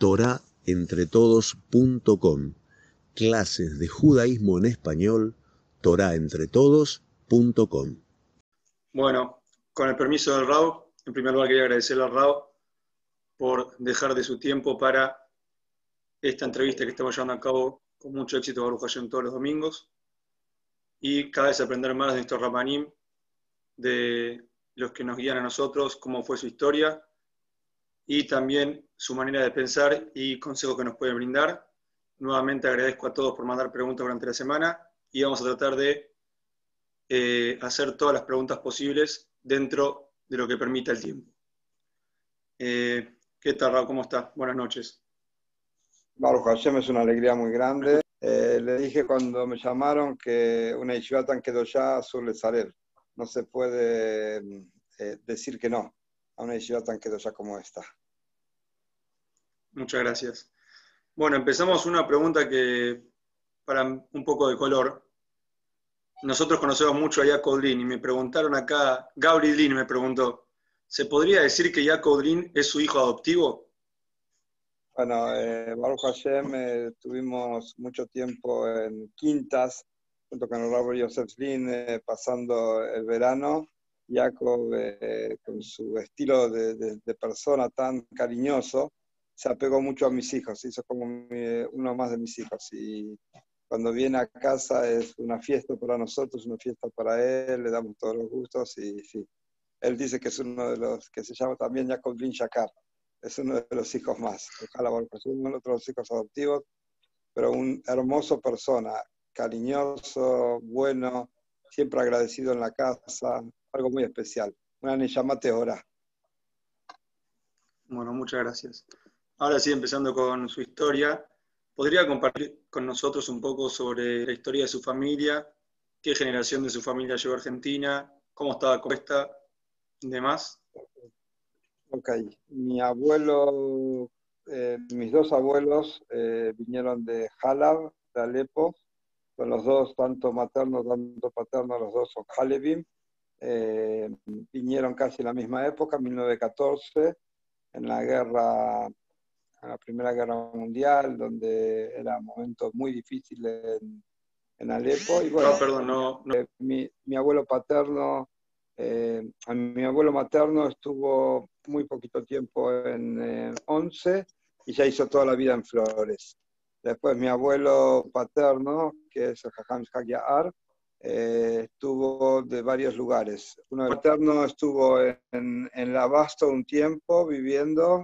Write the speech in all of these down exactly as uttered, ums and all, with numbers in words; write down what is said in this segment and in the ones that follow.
torá entre todos punto com. Clases de judaísmo en español, torá entre todos punto com. Bueno, con el permiso del Rao, en primer lugar quería agradecerle al Rao por dejar de su tiempo para esta entrevista que estamos llevando a cabo con mucho éxito Baruch Hashem todos los domingos, y cada vez aprender más de estos Ramanim, de los que nos guían a nosotros, cómo fue su historia, y también su manera de pensar y consejos que nos pueden brindar. Nuevamente agradezco a todos por mandar preguntas durante la semana, y vamos a tratar de eh, hacer todas las preguntas posibles dentro de lo que permita el tiempo. Eh, ¿Qué tal, Raúl? ¿Cómo está? Buenas noches. Baruch Hashem, es una alegría muy grande. Eh, le dije cuando me llamaron que una yeshiva tan kedoshá suele salir. No se puede eh, decir que no a una yeshiva tan kedoshá como esta. Muchas gracias. Bueno, empezamos una pregunta que, para un poco de color, nosotros conocemos mucho a Yaakov Lin y me preguntaron acá, Gabri Lin me preguntó, ¿se podría decir que Yaakov Lin es su hijo adoptivo? Bueno, eh, Baruch Hashem, eh, tuvimos mucho tiempo en quintas, junto con el Rabbi Yosef Lin, eh, pasando el verano. Jacob, eh, con su estilo de, de, de persona tan cariñoso, se apegó mucho a mis hijos, hizo como mi, uno más de mis hijos. Y cuando viene a casa es una fiesta para nosotros, una fiesta para él, le damos todos los gustos y sí. Él dice que es uno de los que se llama también Yaakov Lin Shakar. Es uno de los hijos más. Ojalá, es uno de los hijos adoptivos, pero un hermoso persona, cariñoso, bueno, siempre agradecido en la casa, algo muy especial. Una Neshama Tehorá. Bueno, muchas gracias. Ahora sí, empezando con su historia, ¿podría compartir con nosotros un poco sobre la historia de su familia? ¿Qué generación de su familia llegó a Argentina? ¿Cómo estaba compuesta? ¿Y demás? Ok, mi abuelo, eh, mis dos abuelos eh, vinieron de Halab, de Alepo, son los dos, tanto materno, tanto paterno, los dos son Halebim, eh, vinieron casi en la misma época, mil novecientos catorce, en la guerra, en la Primera Guerra Mundial, donde era un momento muy difícil en, en Alepo, y bueno, no, perdón, no, no. Eh, mi, mi abuelo paterno, eh, mi abuelo materno estuvo muy poquito tiempo en eh, Once y ya hizo toda la vida en Flores. Después mi abuelo paterno, que es el Jajam Hagyar, eh, estuvo de varios lugares. Uno del paterno estuvo en, en La Abasto un tiempo viviendo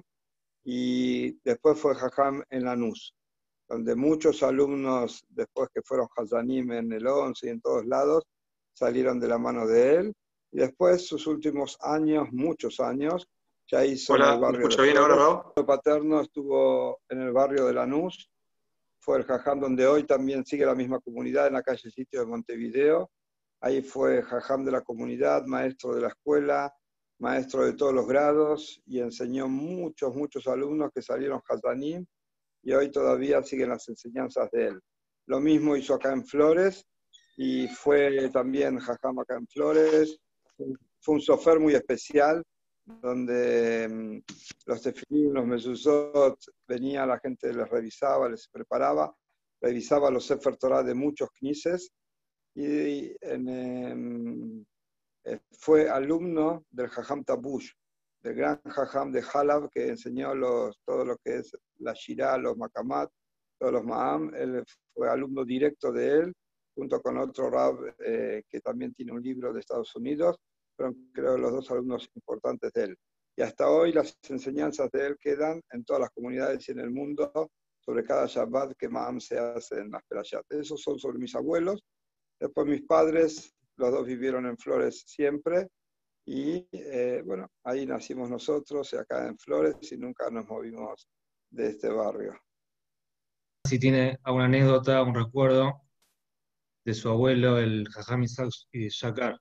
y después fue Jajam en Lanús, donde muchos alumnos, después que fueron Hazanim en el once y en todos lados, salieron de la mano de él. Y después, sus últimos años, muchos años, ya hizo Hola, en el barrio ¿me escucha de bien ahora, Flores. Raúl? El paterno estuvo en el barrio de Lanús, fue el Jajam donde hoy también sigue la misma comunidad, en la calle Sitio de Montevideo. Ahí fue Jajam de la comunidad, maestro de la escuela, maestro de todos los grados, y enseñó muchos, muchos alumnos que salieron Hazanim, y hoy todavía siguen las enseñanzas de él. Lo mismo hizo acá en Flores, y fue también Jajam acá en Flores. Fue un sofer muy especial, donde um, los tefilim, los mezuzot, venía, la gente les revisaba, les preparaba, revisaba los Sefer Torah de muchos knises, y en, eh, fue alumno del Jajam Tabush, del gran Jajam de Halab, que enseñó los, todo lo que es la Shirah, los Makamat, todos los Ma'am. Él fue alumno directo de él, junto con otro Rab eh, que también tiene un libro de Estados Unidos, pero creo los dos alumnos importantes de él. Y hasta hoy las enseñanzas de él quedan en todas las comunidades y en el mundo sobre cada Shabbat que Ma'am se hace en las Perashat. Esos son sobre mis abuelos. Después mis padres, los dos vivieron en Flores siempre, y eh, bueno, ahí nacimos nosotros, acá en Flores, y nunca nos movimos de este barrio. Si tiene alguna anécdota, un recuerdo de su abuelo, el Jajam Isaac Shakar.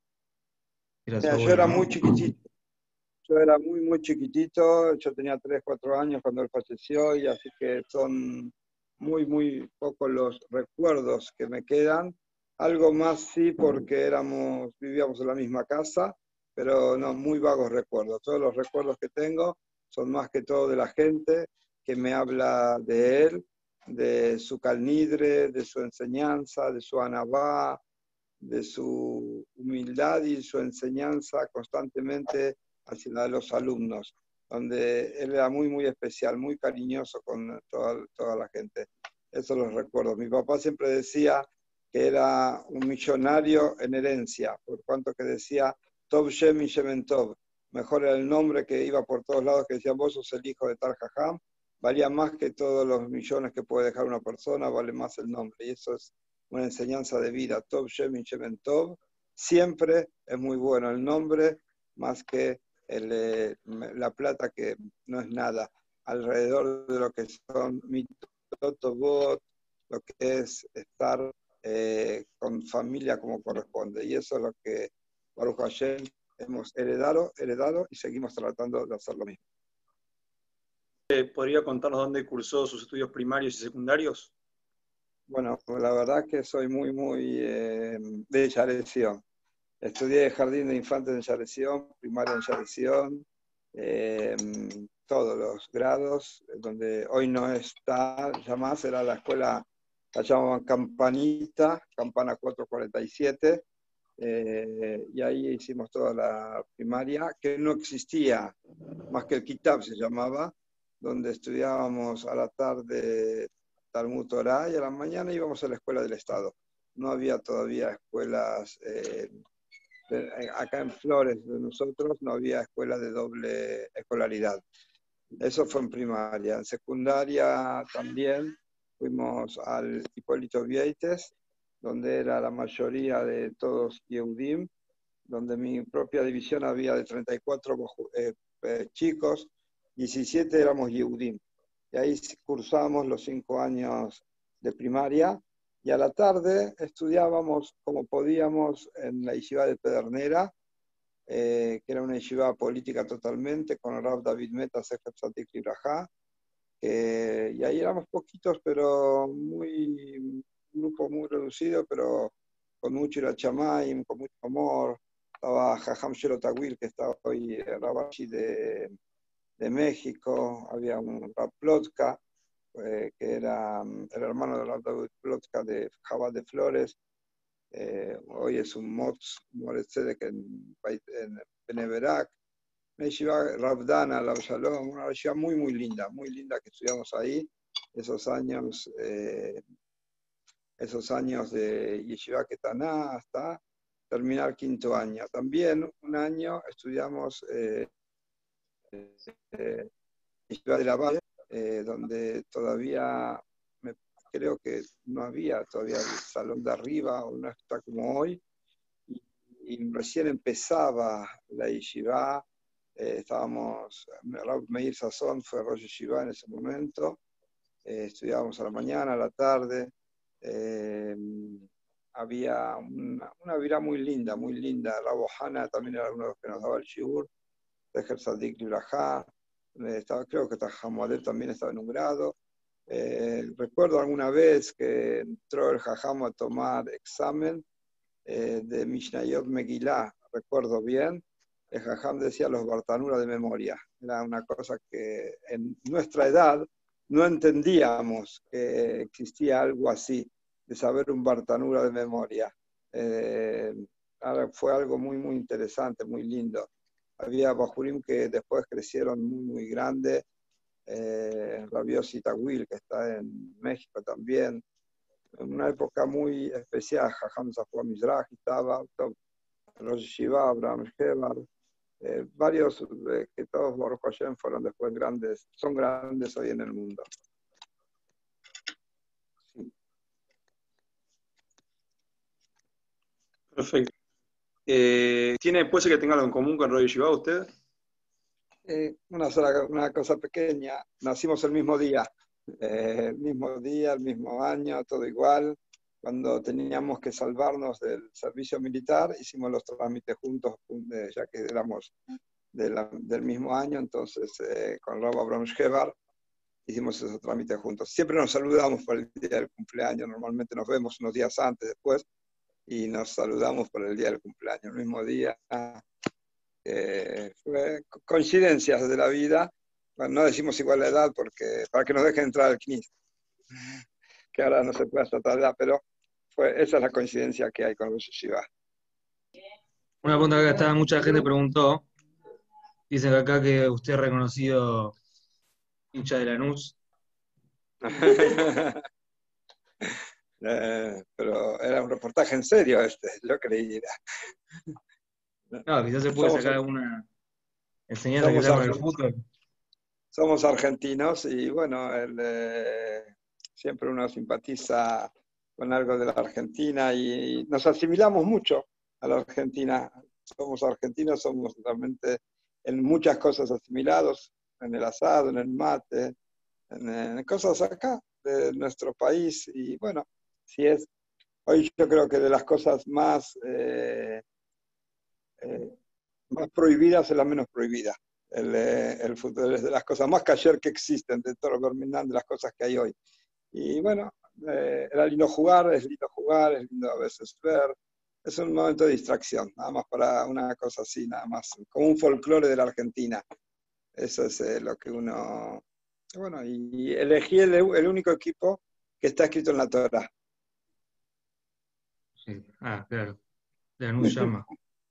Era su Mira, abuelo, yo era ¿no? muy chiquitito, yo era muy, muy chiquitito, yo tenía tres, cuatro años cuando él falleció, y así que son muy, muy pocos los recuerdos que me quedan. Algo más sí, porque éramos, vivíamos en la misma casa, pero no, muy vagos recuerdos. Todos los recuerdos que tengo son más que todo de la gente, que me habla de él, de su calnidre, de su enseñanza, de su anabá, de su humildad y su enseñanza constantemente hacia los alumnos, donde él era muy, muy especial, muy cariñoso con toda, toda la gente. Eso los recuerdo. Mi papá siempre decía que era un millonario en herencia, por cuanto que decía, Tov Shem y Shemen Tov, mejor era el nombre que iba por todos lados, que decían, vos sos el hijo de Tal Jajam, valía más que todos los millones que puede dejar una persona, vale más el nombre. Y eso es una enseñanza de vida. Tov Shem y Shemen Tov, siempre es muy bueno el nombre, más que el, eh, la plata, que no es nada, alrededor de lo que son mitot tovot, lo que es estar eh, con familia como corresponde. Y eso es lo que Baruch Hashem hemos heredado, heredado y seguimos tratando de hacer lo mismo. ¿Podría contarnos dónde cursó sus estudios primarios y secundarios? Bueno, la verdad que soy muy, muy eh, de Yareción. Estudié jardín de infantes en Yareción, primaria en Yareción, eh, todos los grados, donde hoy no está, ya más, era la escuela, la llamaban Campanita, Campana cuatrocientos cuarenta y siete, eh, y ahí hicimos toda la primaria, que no existía, más que el Kitab se llamaba, donde estudiábamos a la tarde Talmud Torah y a la mañana íbamos a la escuela del Estado. No había todavía escuelas, eh, de, acá en Flores de nosotros no había escuela de doble escolaridad. Eso fue en primaria. En secundaria también fuimos al Hipólito Vieites, donde era la mayoría de todos Yehudim, donde mi propia división había de treinta y cuatro eh, eh, chicos, diecisiete éramos Yehudim. Y ahí cursamos los cinco años de primaria, y a la tarde estudiábamos como podíamos en la yeshiva de Pedernera, eh, que era una yeshiva política totalmente, con el Rav David Meta, Sefer Tzadik Libraja, eh, y ahí éramos poquitos, pero muy, un grupo muy reducido, pero con mucho irachamaim, con mucho amor. Estaba Jajam Shelo Tawil, que estaba hoy Rabashi de, de México, había un Rab Plotka, eh, que era el hermano de Rab Plotka de Jabal de Flores, eh, hoy es un Motz, Moretzedek en, en Beneverac, una yeshiva Rabdana, Rav Shalom, una yeshiva muy, muy linda, muy linda que estudiamos ahí, esos años, eh, esos años de Yeshiva Ketaná hasta terminar quinto año. También un año estudiamos eh, eh, Yeshiva de la Valle, eh, donde todavía me, creo que no había todavía el salón de arriba, o no está como hoy, y, y recién empezaba la Yeshiva. Eh, estábamos, Rav Meir Sazón fue Rosh Yeshiva en ese momento, eh, estudiábamos a la mañana, a la tarde, eh, había una, una vida muy linda, muy linda. Rav Ohana también era uno de los que nos daba el shiur, Zecher Tzadik Libraja, eh, estaba, creo que Tajamuadel también estaba en un grado. Eh, recuerdo alguna vez que entró el Jajam a tomar examen eh, de Mishnayot Megillah, recuerdo bien. El Jajam decía los Bartanura de memoria. Era una cosa que en nuestra edad no entendíamos que existía algo así, de saber un Bartanura de memoria. Eh, fue algo muy, muy interesante, muy lindo. Había Bajurim que después crecieron muy, muy grandes. Eh, Rabiosi Tawil, que está en México también. En una época muy especial, Jajam Zafua Mizrahi estaba, Rosh Yeshiva, Abraham Shebar, eh, varios eh, que todos Baruch Hashem fueron después grandes, son grandes hoy en el mundo. Sí. Perfecto. Eh, ¿Tiene, puede ser que tenga algo en común con Rosh Yeshiva usted? Eh, una sola, una cosa pequeña, nacimos el mismo día, eh, el mismo día, el mismo año, todo igual. Cuando teníamos que salvarnos del servicio militar, hicimos los trámites juntos, ya que éramos de la, del mismo año, entonces eh, con Rav Abraham Shebar hicimos esos trámites juntos. Siempre nos saludamos por el día del cumpleaños, normalmente nos vemos unos días antes, después, y nos saludamos por el día del cumpleaños, el mismo día. Eh, fue coincidencias de la vida, bueno, no decimos igual la edad porque para que nos dejen entrar al C N I S, que ahora no se puede hasta tal edad, pero fue, esa es la coincidencia que hay con Rosh Yeshiva. Una pregunta que acá está, mucha gente preguntó, dicen acá que usted es reconocido hincha de Lanús. eh, pero era un reportaje en serio este, yo creí. No, quizás se puede Somos, sacar alguna enseñanza que somos, sea con el argentinos, fútbol. somos argentinos y bueno, el, eh, siempre uno simpatiza con algo de la Argentina y nos asimilamos mucho a la Argentina. Somos argentinos, somos realmente en muchas cosas asimilados, en el asado, en el mate, en, en cosas acá de nuestro país. Y bueno, si es, hoy yo creo que de las cosas más, eh, eh, más prohibidas es la menos prohibida. El, eh, el fútbol es de las cosas más cayer que existen, de todo lo de las cosas que hay hoy. Y bueno, eh, era lindo jugar, es lindo jugar, es lindo a veces ver. Es un momento de distracción, nada más para una cosa así, nada más, como un folclore de la Argentina. Eso es eh, lo que uno... Bueno, y elegí el, el único equipo que está escrito en la Torah. Sí. Ah, claro. Lanús llama.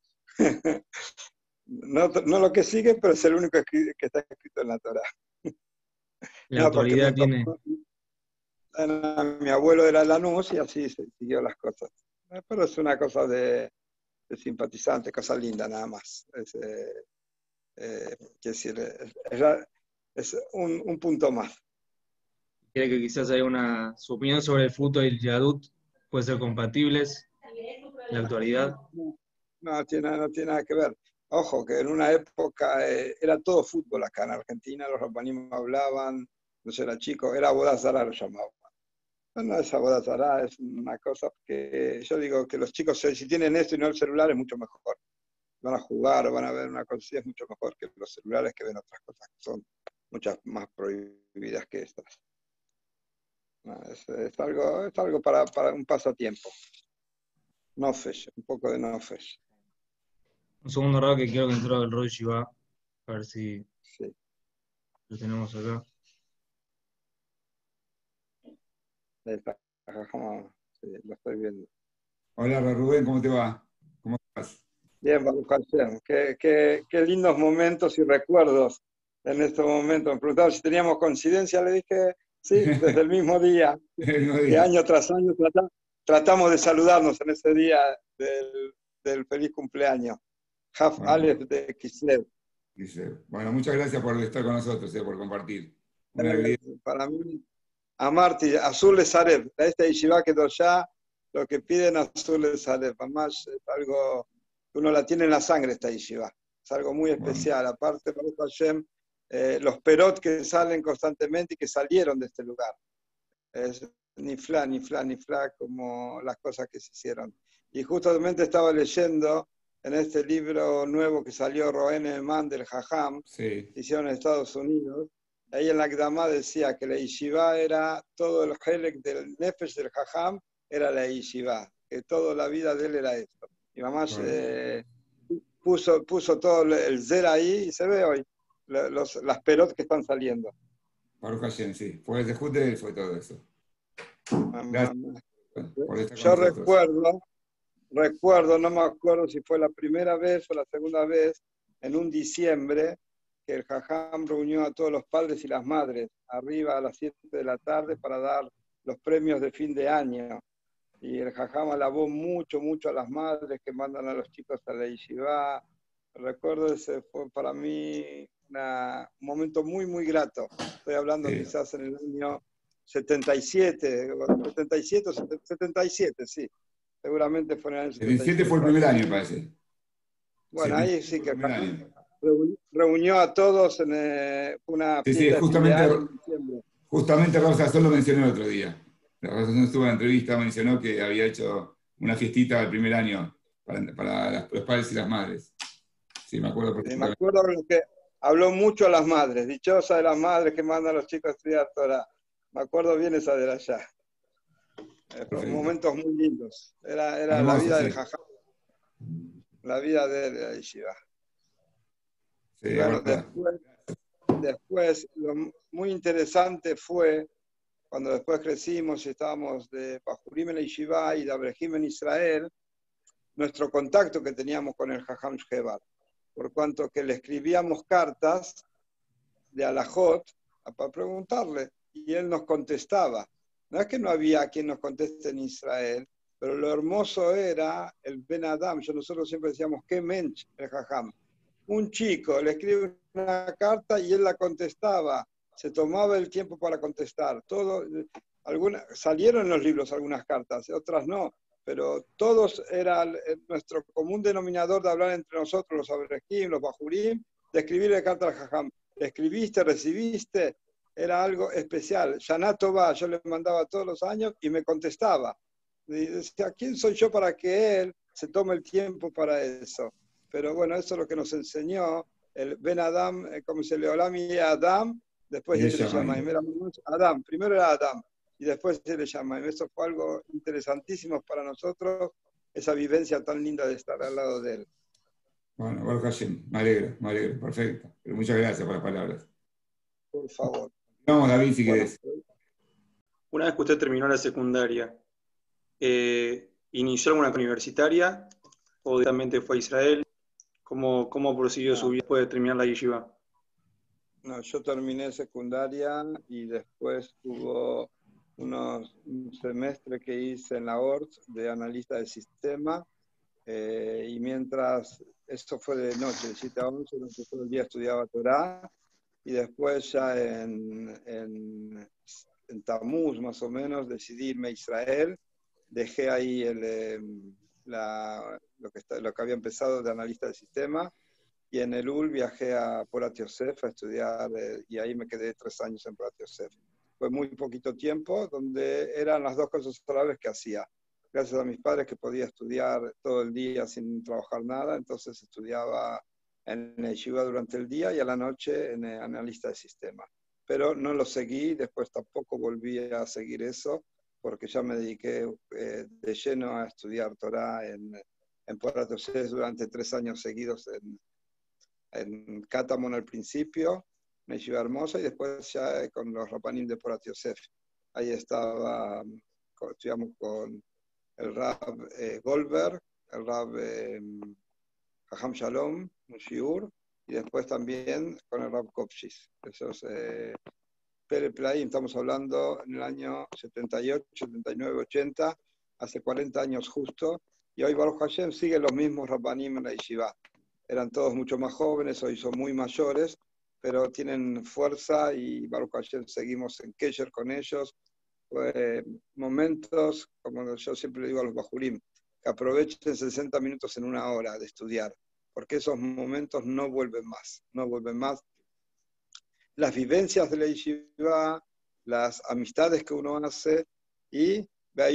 No, no lo que sigue, pero es el único que, que está escrito en la Torah. La No, porque actualidad mi, tiene... papá, mi abuelo era Lanús y así se siguió las cosas. Pero es una cosa de, de simpatizante, cosa linda nada más. Es, eh, eh, decir, es, es un, un punto más. Cree que quizás hay una... Su opinión sobre el fútbol y el yadut puede ser compatibles en la actualidad. No, no, tiene, no tiene nada que ver. Ojo, que en una época eh, era todo fútbol acá en Argentina, los rabanim hablaban, no sé, era chico, era Bodazara lo llamaban. No, no es Bodazara, es una cosa que yo digo que los chicos, si tienen esto y no el celular, es mucho mejor. Van a jugar o van a ver una cosa así, es mucho mejor que los celulares que ven otras cosas que son muchas más prohibidas que estas. No, es, es algo, es algo para, para un pasatiempo. Nofesh, un poco de nofesh. Un segundo raro que quiero que entró el Roy Shiva. A ver si Sí. lo tenemos acá. Ahí está. Sí, lo estoy viendo. Hola Rubén, ¿cómo te va? ¿Cómo estás? Bien, Baruch Hashem. Qué, qué, qué lindos momentos y recuerdos en este momento. Me preguntaron si teníamos coincidencia, le dije, sí, desde el mismo día, que año tras año tratamos, tratamos de saludarnos en ese día del, del feliz cumpleaños. Haf Bueno, Aleph de Kislev. bueno, muchas gracias por estar con nosotros, eh, por compartir. Una Eh, para mí, a Marti, Azul de Sareb, a esta Yeshiva que ya lo que piden Azul de Sareb, además es algo que uno la tiene en la sangre esta Yeshiva, es algo muy especial. Bueno. Aparte, Baruch Hashem, eh, los perot que salen constantemente y que salieron de este lugar. Es ni fla, ni fla, ni fla, como las cosas que se hicieron. Y justamente estaba leyendo en este libro nuevo que salió, Roen Eman del Jajam, sí. que hicieron en Estados Unidos. Ahí en la Akdamá decía que la Yeshiva era todo el helek del Nefesh del Jajam, era la Yeshiva, que toda la vida de él era esto. Y mamá bueno. eh, puso, puso todo el zer ahí y se ve hoy los, las perot que están saliendo. Baruch Hashem, sí. Fue el dejud de él, fue todo eso. Gracias por estar Yo con recuerdo, recuerdo, no me acuerdo si fue la primera vez o la segunda vez, en un diciembre, que el Jajam reunió a todos los padres y las madres arriba a las siete de la tarde para dar los premios de fin de año. Y el Jajam alabó mucho, mucho a las madres que mandan a los chicos a la yeshiva. Recuerdo, ese fue para mí una, un momento muy, muy grato. Estoy hablando sí. quizás en el año setenta y siete, setenta y siete, setenta y siete, sí. Seguramente fue en el año setenta y siete. setenta y siete fue el primer año, parece. Bueno, ahí sí que reunió a todos en eh, una sí, fiesta sí, justamente, de fin de año en diciembre. Justamente Rosa Sol lo mencionó el otro día. La Rosa Sol estuvo en la entrevista, mencionó que había hecho una fiestita el primer año para, para las, los padres y las madres. Sí, me acuerdo. Sí, me acuerdo que habló mucho a las madres, dichosa de las madres que mandan a los chicos a estudiar Torah. Me acuerdo bien esa de allá. Eh, fueron momentos muy lindos. Era, era Hermoso, la vida sí. del Jajam, la vida de, de la yeshiva. Sí, bueno, después, después, lo muy interesante fue cuando después crecimos y estábamos de Bajurim en la Yeshiva y de Abraham en Israel, nuestro contacto que teníamos con el Jajam Shkebar, por cuanto que le escribíamos cartas de Alajot para preguntarle, y él nos contestaba. No es que no había quien nos conteste en Israel, pero lo hermoso era el Ben Adam. Yo, nosotros siempre decíamos, qué mensch el Jajam. Un chico le escribe una carta y él la contestaba. Se tomaba el tiempo para contestar. Todo, alguna, salieron en los libros algunas cartas, otras no, pero todos era nuestro común denominador de hablar entre nosotros, los Abraham, los Bajurim, de escribirle carta al Jajam. ¿Escribiste, recibiste? Era algo especial. Shana Tová, yo le mandaba todos los años y me contestaba. Y decía, ¿quién soy yo para que él se tome el tiempo para eso? Pero bueno, eso es lo que nos enseñó el Ben Adam, como se le Olam y Adam, después se le llama Adam. Primero era Adam y después se le llama. Eso fue algo interesantísimo para nosotros, esa vivencia tan linda de estar al lado de él. Bueno, Baruch Hashem, me alegro, me alegro, perfecto. Pero muchas gracias por las palabras. Por favor. Vamos, David, si Bueno, querés. una vez que usted terminó la secundaria, eh, ¿inició alguna universitaria o directamente fue a Israel? ¿Cómo, cómo prosiguió No. su vida después de terminar la yeshiva? No, yo terminé secundaria y después hubo unos, un semestre que hice en la O R T de analista de sistema, eh, y mientras, eso fue de noche, de siete a once, donde todo el día estudiaba Torah, y después ya en, en, en Tammuz más o menos decidí irme a Israel, dejé ahí el, eh, la, lo, que está, lo que había empezado de analista de sistema, y en el U L viajé a Porat Yosef a estudiar, eh, y ahí me quedé tres años en Porat Yosef. Fue muy poquito tiempo, donde eran las dos cosas a la vez que hacía. Gracias a mis padres que podía estudiar todo el día sin trabajar nada, entonces estudiaba en el Yeshiva durante el día y a la noche en el analista de sistema. Pero no lo seguí, después tampoco volví a seguir eso, porque ya me dediqué eh, de lleno a estudiar Torah en, en Porat Yosef durante tres años seguidos en en Katamon al principio, una yeshiva hermosa, y después ya con los Rabanim de Porat Yosef. Ahí estaba, estudiamos con el Rab eh, Goldberg, el Rab eh, Jajam Shalom, un shiur, y después también con el Rab Kopshis. Esos eh, Pere Plaim, estamos hablando en el año setenta y ocho, setenta y nueve, ochenta, hace cuarenta años justo, y hoy Baruch Hashem sigue los mismos Rabanim en la yeshiva. Eran todos mucho más jóvenes, hoy son muy mayores, pero tienen fuerza y Baruch Hashem seguimos en Kesher con ellos. Eh, momentos, como yo siempre le digo a los Bajurim, que aprovechen sesenta minutos en una hora de estudiar, porque esos momentos no vuelven más, no vuelven más. Las vivencias de la yeshiva, las amistades que uno hace, y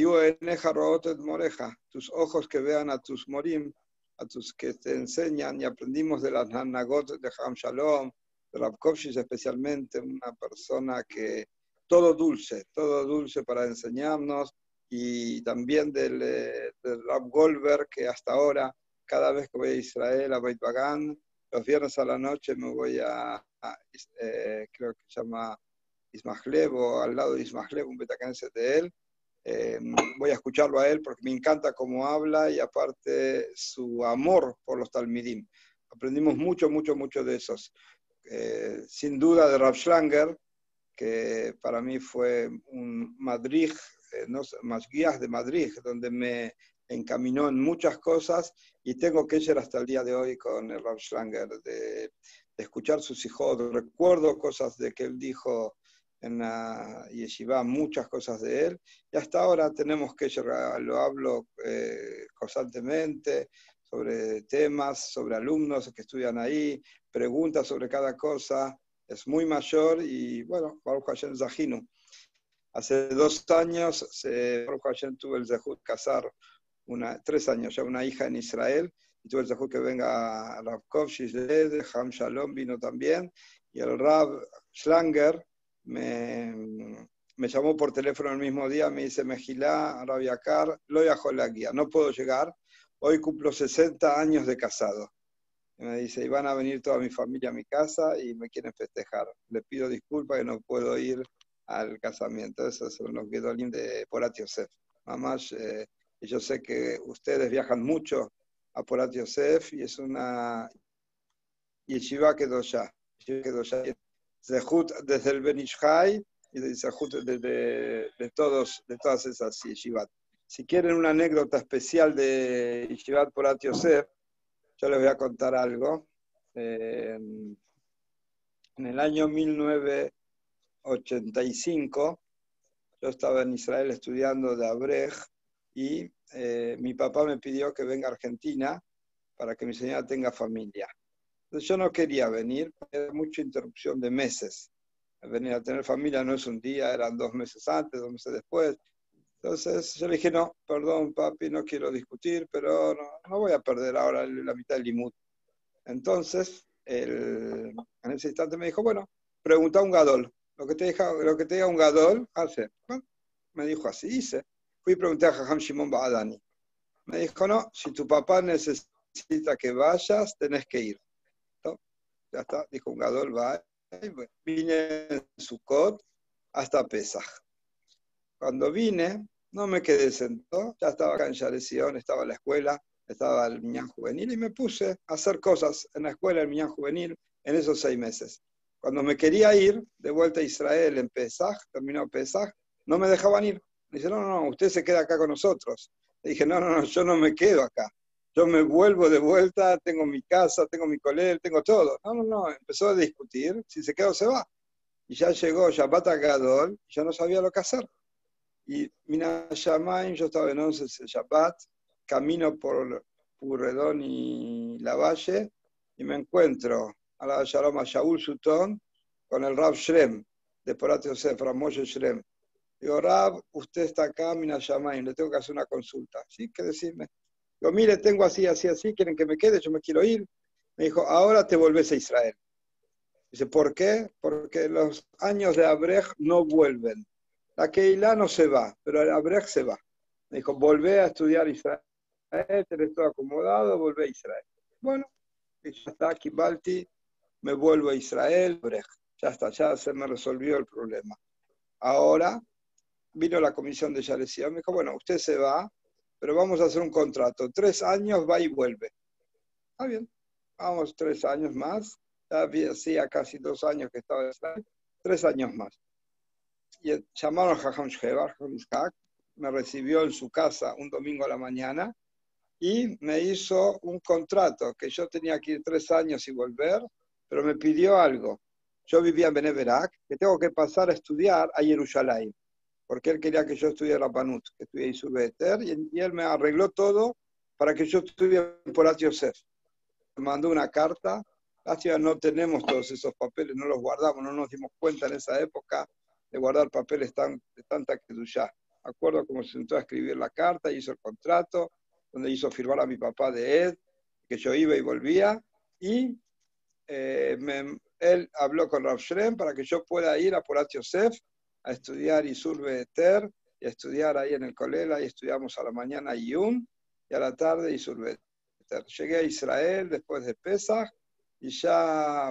moreja, tus ojos que vean a tus morim, a tus que te enseñan, y aprendimos de las Nanagot de Jajam Shalom, de Rab Kopshis especialmente, una persona que todo dulce, todo dulce para enseñarnos, y también del, del Rab Goldberg, que hasta ahora, cada vez que voy a Israel, a Beit Bagan, los viernes a la noche me voy a, a eh, creo que se llama Ismajlev, o al lado de Ismajlev, un betacanse de él. Eh, voy a escucharlo a él porque me encanta cómo habla y aparte su amor por los talmidim. Aprendimos mucho, mucho, mucho de esos. Eh, sin duda de Rav Schlanger, que para mí fue un madrij, eh, no, más guías de Madrid, donde me encaminó en muchas cosas, y tengo que ir hasta el día de hoy con el Rav Schlanger, de, de escuchar sus hijos. Recuerdo cosas de que él dijo en la yeshiva, muchas cosas de él, y hasta ahora tenemos que, lo hablo eh, constantemente sobre temas, sobre alumnos que estudian ahí, preguntas sobre cada cosa. Es muy mayor y bueno, Baruch Hashem Zahinu. Hace dos años, se, Baruch Hashem tuve el zehut casar, una, tres años ya, una hija en Israel, y tuve el zehut que venga Rav Kopshis, Ham Shalom vino también, y el Rav Schlanger me, me llamó por teléfono el mismo día, me dice, Mejilá, Rav Yakar, lo viajó la guía, no puedo llegar, hoy cumplo sesenta años de casado. Y me dice, y van a venir toda mi familia a mi casa y me quieren festejar. Le pido disculpas que no puedo ir al casamiento. Esos son los Gedolim de Porat Yosef. Mamás, eh, y yo sé que ustedes viajan mucho a Porat Yosef y es una yeshiva Kedoshá. Zehut desde el Ben Ish Chai y de Zehut de, de, de, todos, de todas esas yeshivat. Si quieren una anécdota especial de Yeshivat Porat Yosef, yo les voy a contar algo. Eh, en el año mil novecientos ochenta y cinco, yo estaba en Israel estudiando de Abrej y eh, mi papá me pidió que venga a Argentina para que mi señora tenga familia. Entonces yo no quería venir, era mucha interrupción de meses. Venir a tener familia no es un día, eran dos meses antes, dos meses después. Entonces yo le dije, no, perdón papi, no quiero discutir, pero no, no voy a perder ahora la mitad del limud. Entonces, el, en ese instante me dijo, bueno, pregunta a un gadol. Lo que te diga, lo que te diga un gadol, hace. Bueno, me dijo así, hice. Fui y pregunté a Jajam Shimon Ba'adani. Me dijo, no, si tu papá necesita que vayas, tenés que ir. ¿No? Ya está, dijo un gadol, va. Vine en Sukkot hasta Pesach. Cuando vine, no me quedé sentado, ya estaba acá en Shalom, estaba en la escuela, estaba el Minyan Juvenil y me puse a hacer cosas en la escuela del Minyan Juvenil en esos seis meses. Cuando me quería ir de vuelta a Israel en Pesach, terminó Pesach, no me dejaban ir. Me dice, no, no, no, usted se queda acá con nosotros. Le dije, no, no, no, yo no me quedo acá. Yo me vuelvo de vuelta, tengo mi casa, tengo mi colegio, tengo todo. No, no, no, empezó a discutir, si se queda o se va. Y ya llegó Shabbat Gadol, y yo no sabía lo que hacer. Y Mina Shamayim, yo estaba en once el Shabbat, camino por Purredón y Lavalle, y me encuentro a la Shalom a Shaul Sutton con el Rav Shrem, de Porat Yosef, Rav Moshe Shrem. Digo, Rav, usted está acá, Mina Shamayim, le tengo que hacer una consulta. ¿Sí? ¿Qué decirme? Digo, mire, tengo así, así, así, quieren que me quede, yo me quiero ir. Me dijo, ahora te volvés a Israel. Dice, ¿por qué? Porque los años de Abrej no vuelven. La Keilah no se va, pero el Abrej se va. Me dijo, volvé a estudiar Israel, tenés todo acomodado, volvé a Israel. Bueno, y ya está, Kibalti, me vuelvo a Israel, Abrej. Ya está, ya se me resolvió el problema. Ahora vino la comisión de Yaresia, me dijo, bueno, usted se va, pero vamos a hacer un contrato. Tres años va y vuelve. Está bien, vamos tres años más. Ya hacía casi dos años que estaba en Israel, tres años más. Y llamaron a Jajam Shhebar, me recibió en su casa un domingo a la mañana y me hizo un contrato que yo tenía que ir tres años y volver, pero me pidió algo. Yo vivía en Bnei Brak, que tengo que pasar a estudiar a Jerusalén, porque él quería que yo estudie Rabanut, que estudie Isur Be'eter, y, y él me arregló todo para que yo estudie Porat Yosef. Me mandó una carta. Lástima, no tenemos todos esos papeles, no los guardamos, no nos dimos cuenta en esa época de guardar papeles tan, de tanta kedushá. Me acuerdo cómo se sentó a escribir la carta, hizo el contrato, donde hizo firmar a mi papá de Ed, que yo iba y volvía, y eh, me, él habló con Rav Shrem para que yo pueda ir a Porat Yosef a estudiar Isur Be'eter y a estudiar ahí en el Kolel. Ahí estudiamos a la mañana Yum y a la tarde Isur Be'eter. Llegué a Israel después de Pesach y ya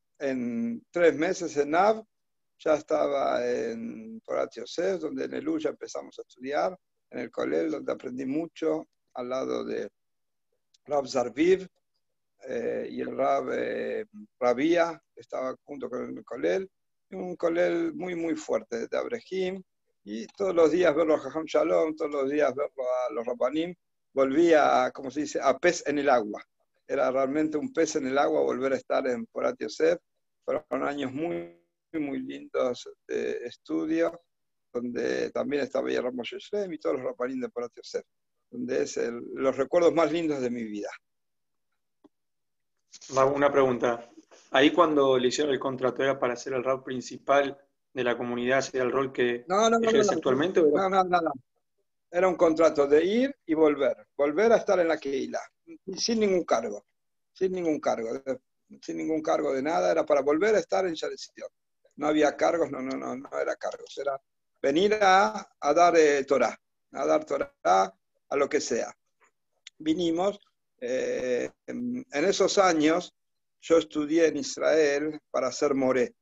en tres meses en Av ya estaba en Porat Yosef, donde en Elul ya empezamos a estudiar, en el Kolel, donde aprendí mucho al lado de Rav Zarviv eh, y el Rav eh, Rabia, que estaba junto con el Kolel, un Kolel muy, muy fuerte de Abrehim, y todos los días verlo a Jajam Shalom, todos los días verlo a los Rabbanim, volvía, como se dice, a pez en el agua. Era realmente un pez en el agua volver a estar en Porat Yosef. Fueron años muy, muy lindos de estudio, donde también estaba ya Rav Moshe Shrem y todos los Rabbanim de Porat Yosef, donde es el, los recuerdos más lindos de mi vida. Una pregunta. Ahí cuando le hicieron el contrato, ¿era para ser el rab principal de la comunidad, sería el rol que no, no, no, ejerce no, actualmente? ¿O era... no, no, no, no. Era un contrato de ir y volver, volver a estar en la Keilah, sin ningún cargo, sin ningún cargo, sin ningún cargo de nada, era para volver a estar en Shalom. No había cargos, no, no, no, no era cargos, era venir a, a dar eh, Torah, a dar Torah a lo que sea. Vinimos, Eh, en, en esos años yo estudié en Israel para ser moré.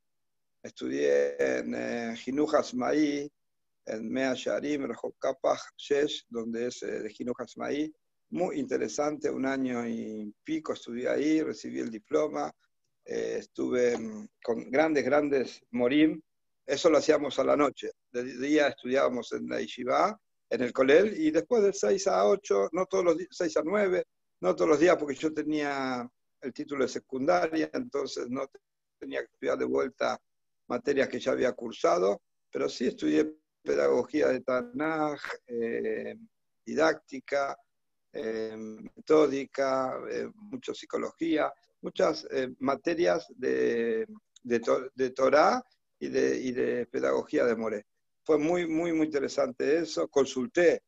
Estudié en eh, Jinuj Asmaí, en Mea Sharim, Rehov Kapach, Shesh, donde es eh, de Jinuj Asmaí. Muy interesante, un año y pico estudié ahí, recibí el diploma. Eh, estuve mm, con grandes, grandes morim. Eso lo hacíamos a la noche. De día estudiábamos en la yeshiva, en el colel, y después de seis a ocho, no todos los días, seis a nueve, no todos los días, porque yo tenía el título de secundaria, entonces no tenía que estudiar de vuelta materias que ya había cursado, pero sí estudié pedagogía de Tanaj, eh, didáctica, eh, metódica, eh, mucho psicología, muchas eh, materias de, de, to, de Torah y de, y de pedagogía de Moré. Fue muy, muy, muy interesante eso. Consulté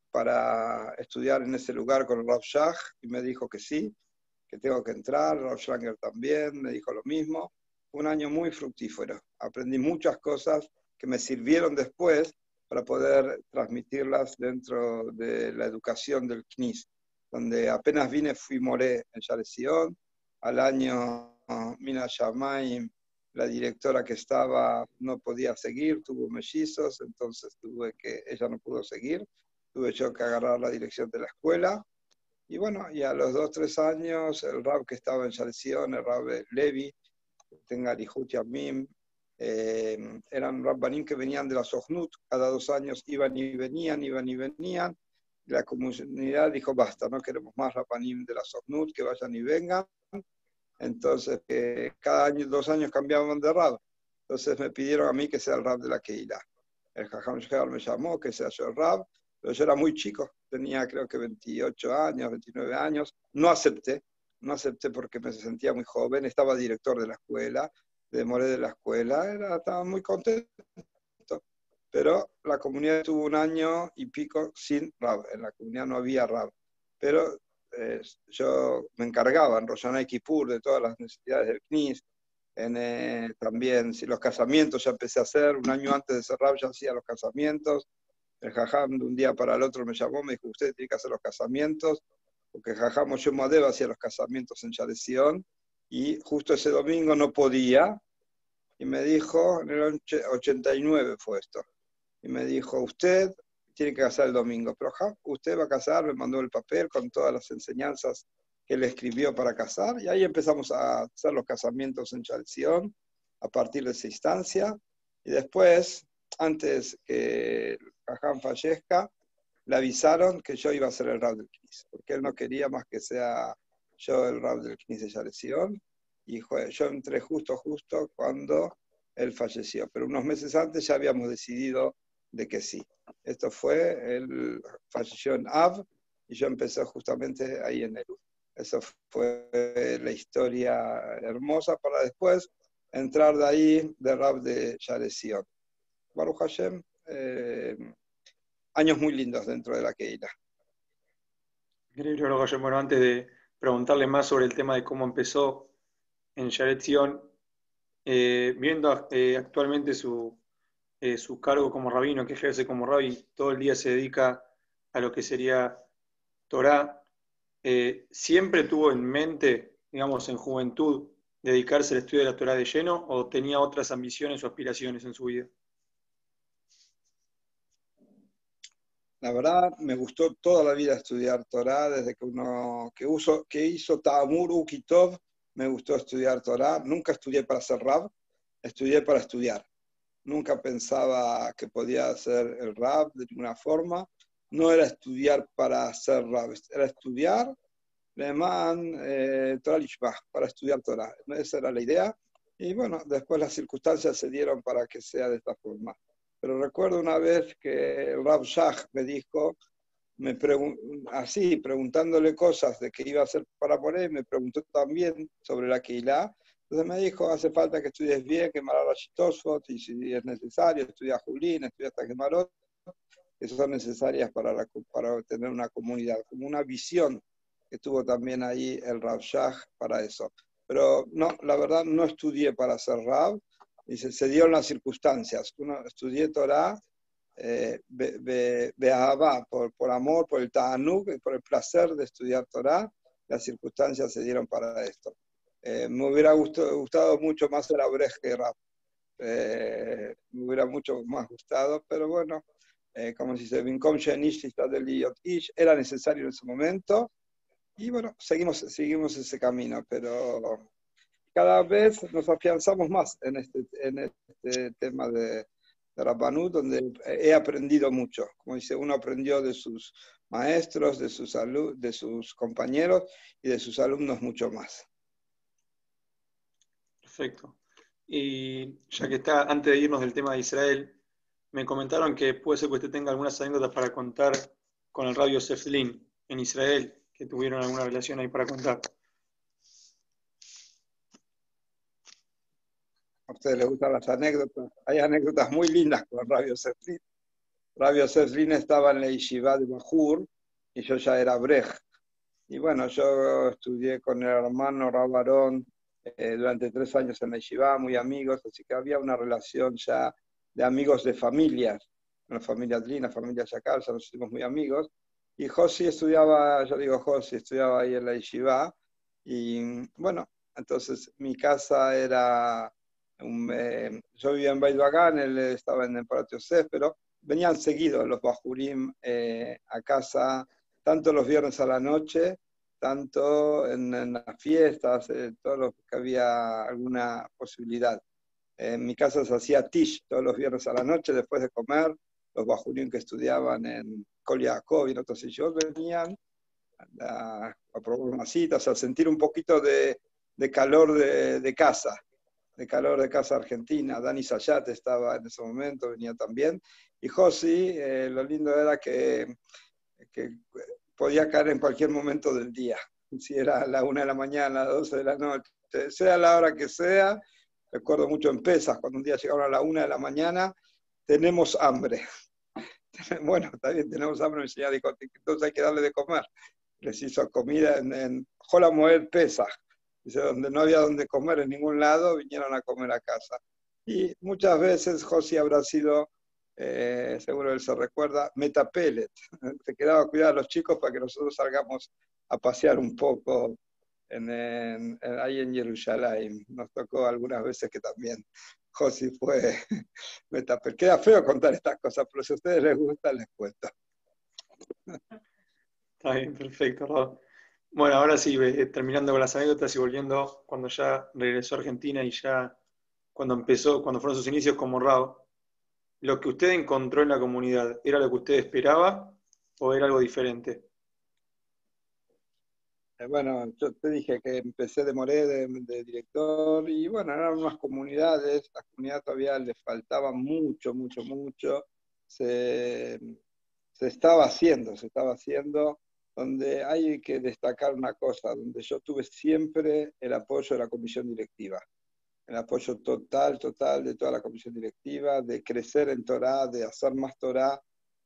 para estudiar en ese lugar con Rav Shach y me dijo que sí, que tengo que entrar. Rav Schlanger también me dijo lo mismo. Fue un año muy fructífero. Aprendí muchas cosas que me sirvieron después para poder transmitirlas dentro de la educación del C N I S, donde apenas vine fui moré en Share Zion. Al año Mina Shamayim, la directora que estaba no podía seguir, tuvo mellizos, entonces tuve que, ella no pudo seguir, tuve yo que agarrar la dirección de la escuela. Y bueno, y a los dos, tres años, el Rab que estaba en Share Zion, el Rab Levi, Tengarihut Yamim, eh, eran Rabbanim que venían de la Sohnut, cada dos años iban y venían, iban y venían. La comunidad dijo, basta, no queremos más Rabbanim de la Sohnut, que vayan y vengan. Entonces, eh, cada año, dos años cambiaban de Rab. Entonces me pidieron a mí que sea el Rab de la Keilah. El Jajam Shehar me llamó, que sea yo el Rab, pero yo era muy chico, tenía creo que veintiocho años, veintinueve años. No acepté, no acepté porque me sentía muy joven, estaba director de la escuela, de moré de la escuela, era, estaba muy contento. Pero la comunidad tuvo un año y pico sin Rab, en la comunidad no había Rab. Pero eh, yo me encargaba en Rosh Hashanah y Kippur de todas las necesidades del C N I S, en, eh, también si los casamientos ya empecé a hacer, un año antes de ser Rab ya hacía los casamientos. El Jajam de un día para el otro me llamó, me dijo, usted tiene que hacer los casamientos, porque Jajam Moshe Moadev hacía los casamientos en Share Zion, y justo ese domingo no podía, y me dijo, en el ochenta y nueve fue esto, y me dijo, usted tiene que casar el domingo, pero ja, usted va a casar, me mandó el papel con todas las enseñanzas que él escribió para casar, y ahí empezamos a hacer los casamientos en Share Zion, a partir de esa instancia, y después, antes que Jajam fallezca, le avisaron que yo iba a ser el Rab del C N I S, porque él no quería más que sea yo el Rab del C N I S de Share Zion, y yo entré justo, justo cuando él falleció, pero unos meses antes ya habíamos decidido de que sí. Esto fue, él falleció en Av, y yo empecé justamente ahí en Elul. Esa fue la historia hermosa para después entrar de ahí de Rab de Share Zion. Baruch Hashem, eh, años muy lindos dentro de la Keilah. Increíble, Baruch Hashem. Bueno, antes de preguntarle más sobre el tema de cómo empezó en Share Zion, eh, viendo eh, actualmente su, eh, su cargo como rabino, que ejerce como rabí, todo el día se dedica a lo que sería Torah, eh, ¿siempre tuvo en mente, digamos, en juventud, dedicarse al estudio de la Torah de lleno, o tenía otras ambiciones o aspiraciones en su vida? La verdad, me gustó toda la vida estudiar Torah, desde que uno que, uso, que hizo Ta'amur Ukitov, me gustó estudiar Torah. Nunca estudié para ser Rab, estudié para estudiar. Nunca pensaba que podía ser el Rab de ninguna forma. No era estudiar para ser Rab, era estudiar Leman eh, Torah Lishma, para estudiar Torah. Esa era la idea. Y bueno, después las circunstancias se dieron para que sea de esta forma. Pero recuerdo una vez que el Rav Shach me dijo, me pregun así, preguntándole cosas de que iba a hacer para poner, me preguntó también sobre la Keilah. Entonces me dijo, hace falta que estudies bien, que Marar Tosfot, y si es necesario, estudia Julín, estudia Tagemarot, que son necesarias para, la, para tener una comunidad, como una visión que tuvo también ahí el Rav Shach para eso. Pero no, la verdad no estudié para ser Rav. Dice, se dieron las circunstancias. Uno estudié Torah, eh, be, be, be Ahavá, por, por amor, por el ta'anug, por el placer de estudiar Torah. las circunstancias se dieron para esto. Eh, me hubiera gustado, gustado mucho más el Abrej que Rab. Eh, me hubiera mucho más gustado, pero bueno, eh, como se dice, era necesario en ese momento, y bueno, seguimos, seguimos ese camino, pero cada vez nos afianzamos más en este, en este tema de, de Rabbanut, donde he aprendido mucho. Como dice, uno aprendió de sus maestros, de sus, de sus compañeros y de sus alumnos mucho más. Perfecto. Y ya que está, antes de irnos del tema de Israel, me comentaron que puede ser que usted tenga algunas anécdotas para contar con el Rabbi Yosef Zlin en Israel, que tuvieron alguna relación ahí para contar. A ustedes les gustan las anécdotas. Hay anécdotas muy lindas con Rabbi Yosef Zlin. Rabbi Yosef Zlin estaba en la yeshiva de Bajur y yo ya era Brej. Y bueno, yo estudié con el hermano Rab Aarón eh, durante tres años en la yeshiva, muy amigos, así que había una relación ya de amigos de familias. La familia Zlin, la familia Shakar, ya nos hicimos muy amigos. Y Josi estudiaba, yo digo Josi, estudiaba ahí en la yeshiva. Y bueno, entonces mi casa era... Un, eh, yo vivía en Beit Bagán, él estaba en el Parat Yosef, pero venían seguidos los Bajurim eh, a casa, tanto los viernes a la noche, tanto en, en las fiestas, eh, todos los que había alguna posibilidad. Eh, en mi casa se hacía tish todos los viernes a la noche, después de comer, los Bajurim que estudiaban en Kol Yaakov y en otros sitios venían a, a probar unas citas, a sentir un poquito de, de calor de, de casa. de calor de casa argentina. Dani Sayat estaba en ese momento, venía también. Y Josi, eh, lo lindo era que, que podía caer en cualquier momento del día. Si era a la una de la mañana, a las doce de la noche, sea la hora que sea. Recuerdo mucho en Pesas, cuando un día llegaron a la una de la mañana, tenemos hambre. Bueno, está bien, tenemos hambre, mi señora dijo, entonces hay que darle de comer. Les hizo comida en, en Jola Moed Pesas. Dice, donde no había donde comer en ningún lado, vinieron a comer a casa. Y muchas veces Josi habrá sido, eh, seguro él se recuerda, metapelet. Se quedaba a cuidar a los chicos para que nosotros salgamos a pasear un poco en, en, en, ahí en Jerusalén. Nos tocó algunas veces que también Josi fue metapelet. Queda feo contar estas cosas, pero si a ustedes les gusta, les cuento. Está bien, perfecto, Rob. Bueno, ahora sí, terminando con las anécdotas y volviendo cuando ya regresó a Argentina y ya cuando empezó, cuando fueron sus inicios como Rab, ¿lo que usted encontró en la comunidad era lo que usted esperaba o era algo diferente? Eh, bueno, yo te dije que empecé de Moré, de, de director, y bueno, eran unas comunidades, la comunidad todavía le faltaba mucho, mucho, mucho, se, se estaba haciendo, se estaba haciendo, donde hay que destacar una cosa, donde yo tuve siempre el apoyo de la comisión directiva, el apoyo total, total de toda la comisión directiva, de crecer en Torah, de hacer más Torah,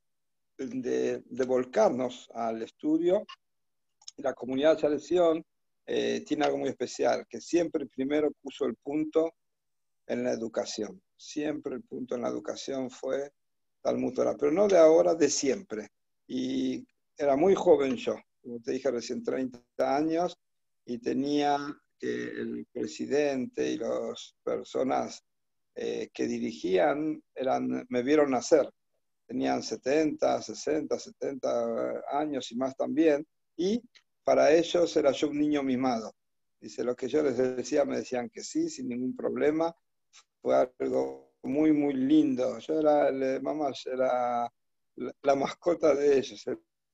de, de volcarnos al estudio. La comunidad de Salesión eh, tiene algo muy especial, que siempre primero puso el punto en la educación. Siempre el punto en la educación fue Talmud Torah, pero no de ahora, de siempre. Y era muy joven yo, como te dije recién, treinta años, y tenía que el presidente y las personas eh, que dirigían eran, me vieron nacer. Tenían setenta, sesenta, setenta años y más también, y para ellos era yo un niño mimado. Dice, lo que yo les decía, me decían que sí, sin ningún problema. Fue algo muy, muy lindo. Yo era, mamá, era la, la mascota de ellos,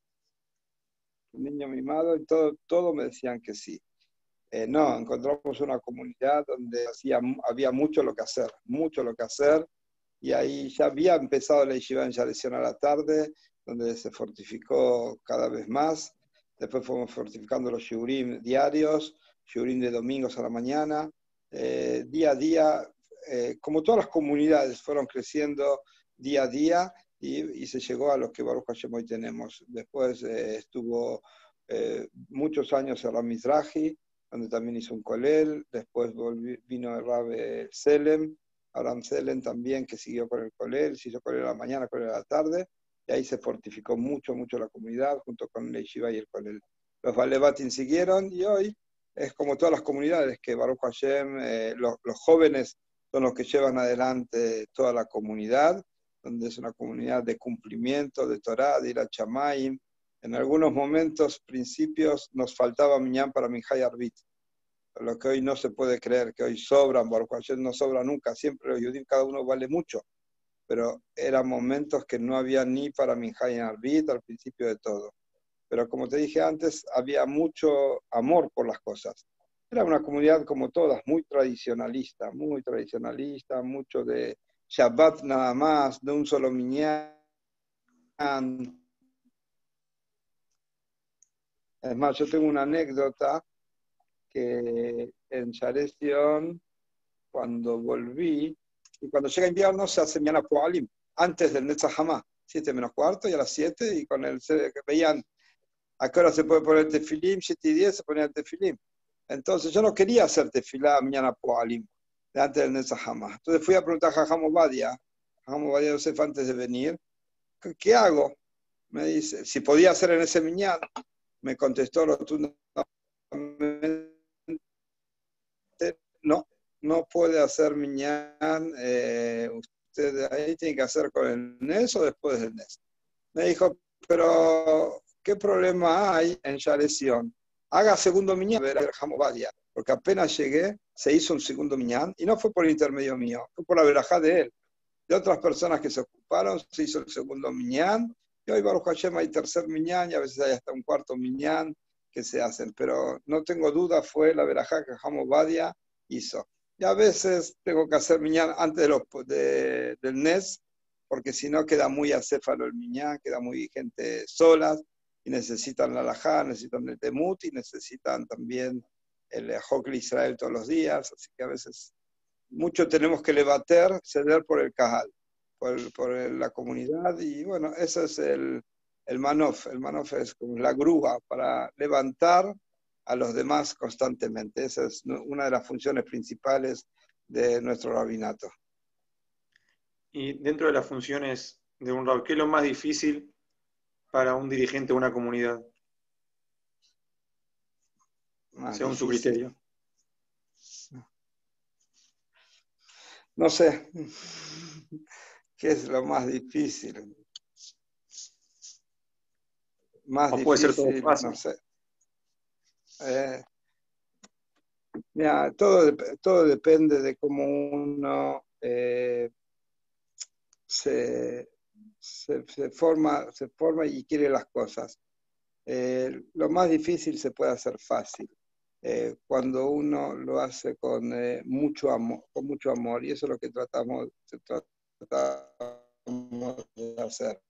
un niño mimado, y todo, todo me decían que sí. Eh, no, encontramos una comunidad donde hacía, había mucho lo que hacer, mucho lo que hacer, y ahí ya había empezado la yeshiva en Salesión a la tarde, donde se fortificó cada vez más. Después fuimos fortificando los shiurim diarios, shiurim de domingos a la mañana. Eh, día a día, eh, como todas las comunidades, fueron creciendo día a día y, y se llegó a los que Baruch Hashem hoy tenemos. Después eh, estuvo eh, muchos años en la Mizrahi, donde también hizo un kolel. Después volví, vino el Rabbe Selem, Abraham Selem también, que siguió con el kolel, se hizo kolel a la mañana, kolel a la tarde, y ahí se fortificó mucho, mucho la comunidad, junto con el yeshiva y el kolel. los Balebatim siguieron, y hoy es como todas las comunidades, que Baruch Hashem, eh, los, los jóvenes son los que llevan adelante toda la comunidad, donde es una comunidad de cumplimiento, de Torah, de ir a Chamaim. En algunos momentos, principios, nos faltaba Minyan para Minjay Arbit, lo que hoy no se puede creer, que hoy sobran, Baruch Hashem no sobra nunca, siempre los judíos, cada uno vale mucho, pero eran momentos que no había ni para Minjay Arbit al principio de todo. Pero como te dije antes, había mucho amor por las cosas. Era una comunidad como todas, muy tradicionalista, muy tradicionalista, mucho de Shabbat nada más, de un solo minyan. Es más, yo tengo una anécdota que en Shaarei Zion, cuando volví, y cuando llega invierno se hace Minyan Poalim, antes del Netzach Hamá, siete menos cuarto y a las siete, y con el que veían a qué hora se puede poner el tefilim, siete y diez se ponía el tefilim. Entonces yo no quería hacer tefilá mañana Poalim, antes del Netzach Hamá. Entonces fui a preguntar a Jajam Ovadia, Jajam Ovadia Yosef antes de venir, ¿qué, ¿qué hago? Me dice, si podía hacer en ese minyan. Me contestó rotundamente, no, no puede hacer minyan, eh, usted ahí tiene que hacer con el Nes o después del Nes. Me dijo, pero ¿qué problema hay en Shaarei Zion? Haga segundo minyan, ver a Jamobadia, porque apenas llegué, se hizo un segundo minyan, y no fue por intermedio mío, fue por la verajá de él. De otras personas que se ocuparon, se hizo el segundo minyan, y hoy Baruch Hashem hay tercer minyan, y a veces hay hasta un cuarto minyan que se hacen, pero no tengo duda, fue la verajá que Jamobadia hizo. Y a veces tengo que hacer minyan antes de los, de, del Nes, porque si no queda muy acéfalo el minyan, queda muy gente sola, y necesitan la alajá, necesitan el temut, y necesitan también el Hokli Israel todos los días, así que a veces mucho tenemos que levantar, ceder por el Kahal, por, por la comunidad, y bueno, ese es el, el manof, el manof es como la grúa para levantar a los demás constantemente, esa es una de las funciones principales de nuestro rabinato. Y dentro de las funciones de un rab, ¿qué es lo más difícil para un dirigente de una comunidad? Más según difícil. su criterio. No sé, ¿qué es lo más difícil? Más o puede difícil, ser todo fácil. no sé. Eh, mira, todo, todo depende de cómo uno eh, se, se, se, forma, se forma y quiere las cosas. Eh, lo más difícil se puede hacer fácil, eh, cuando uno lo hace con, eh, mucho amor, con mucho amor, y eso es lo que tratamos, tratamos de hacer.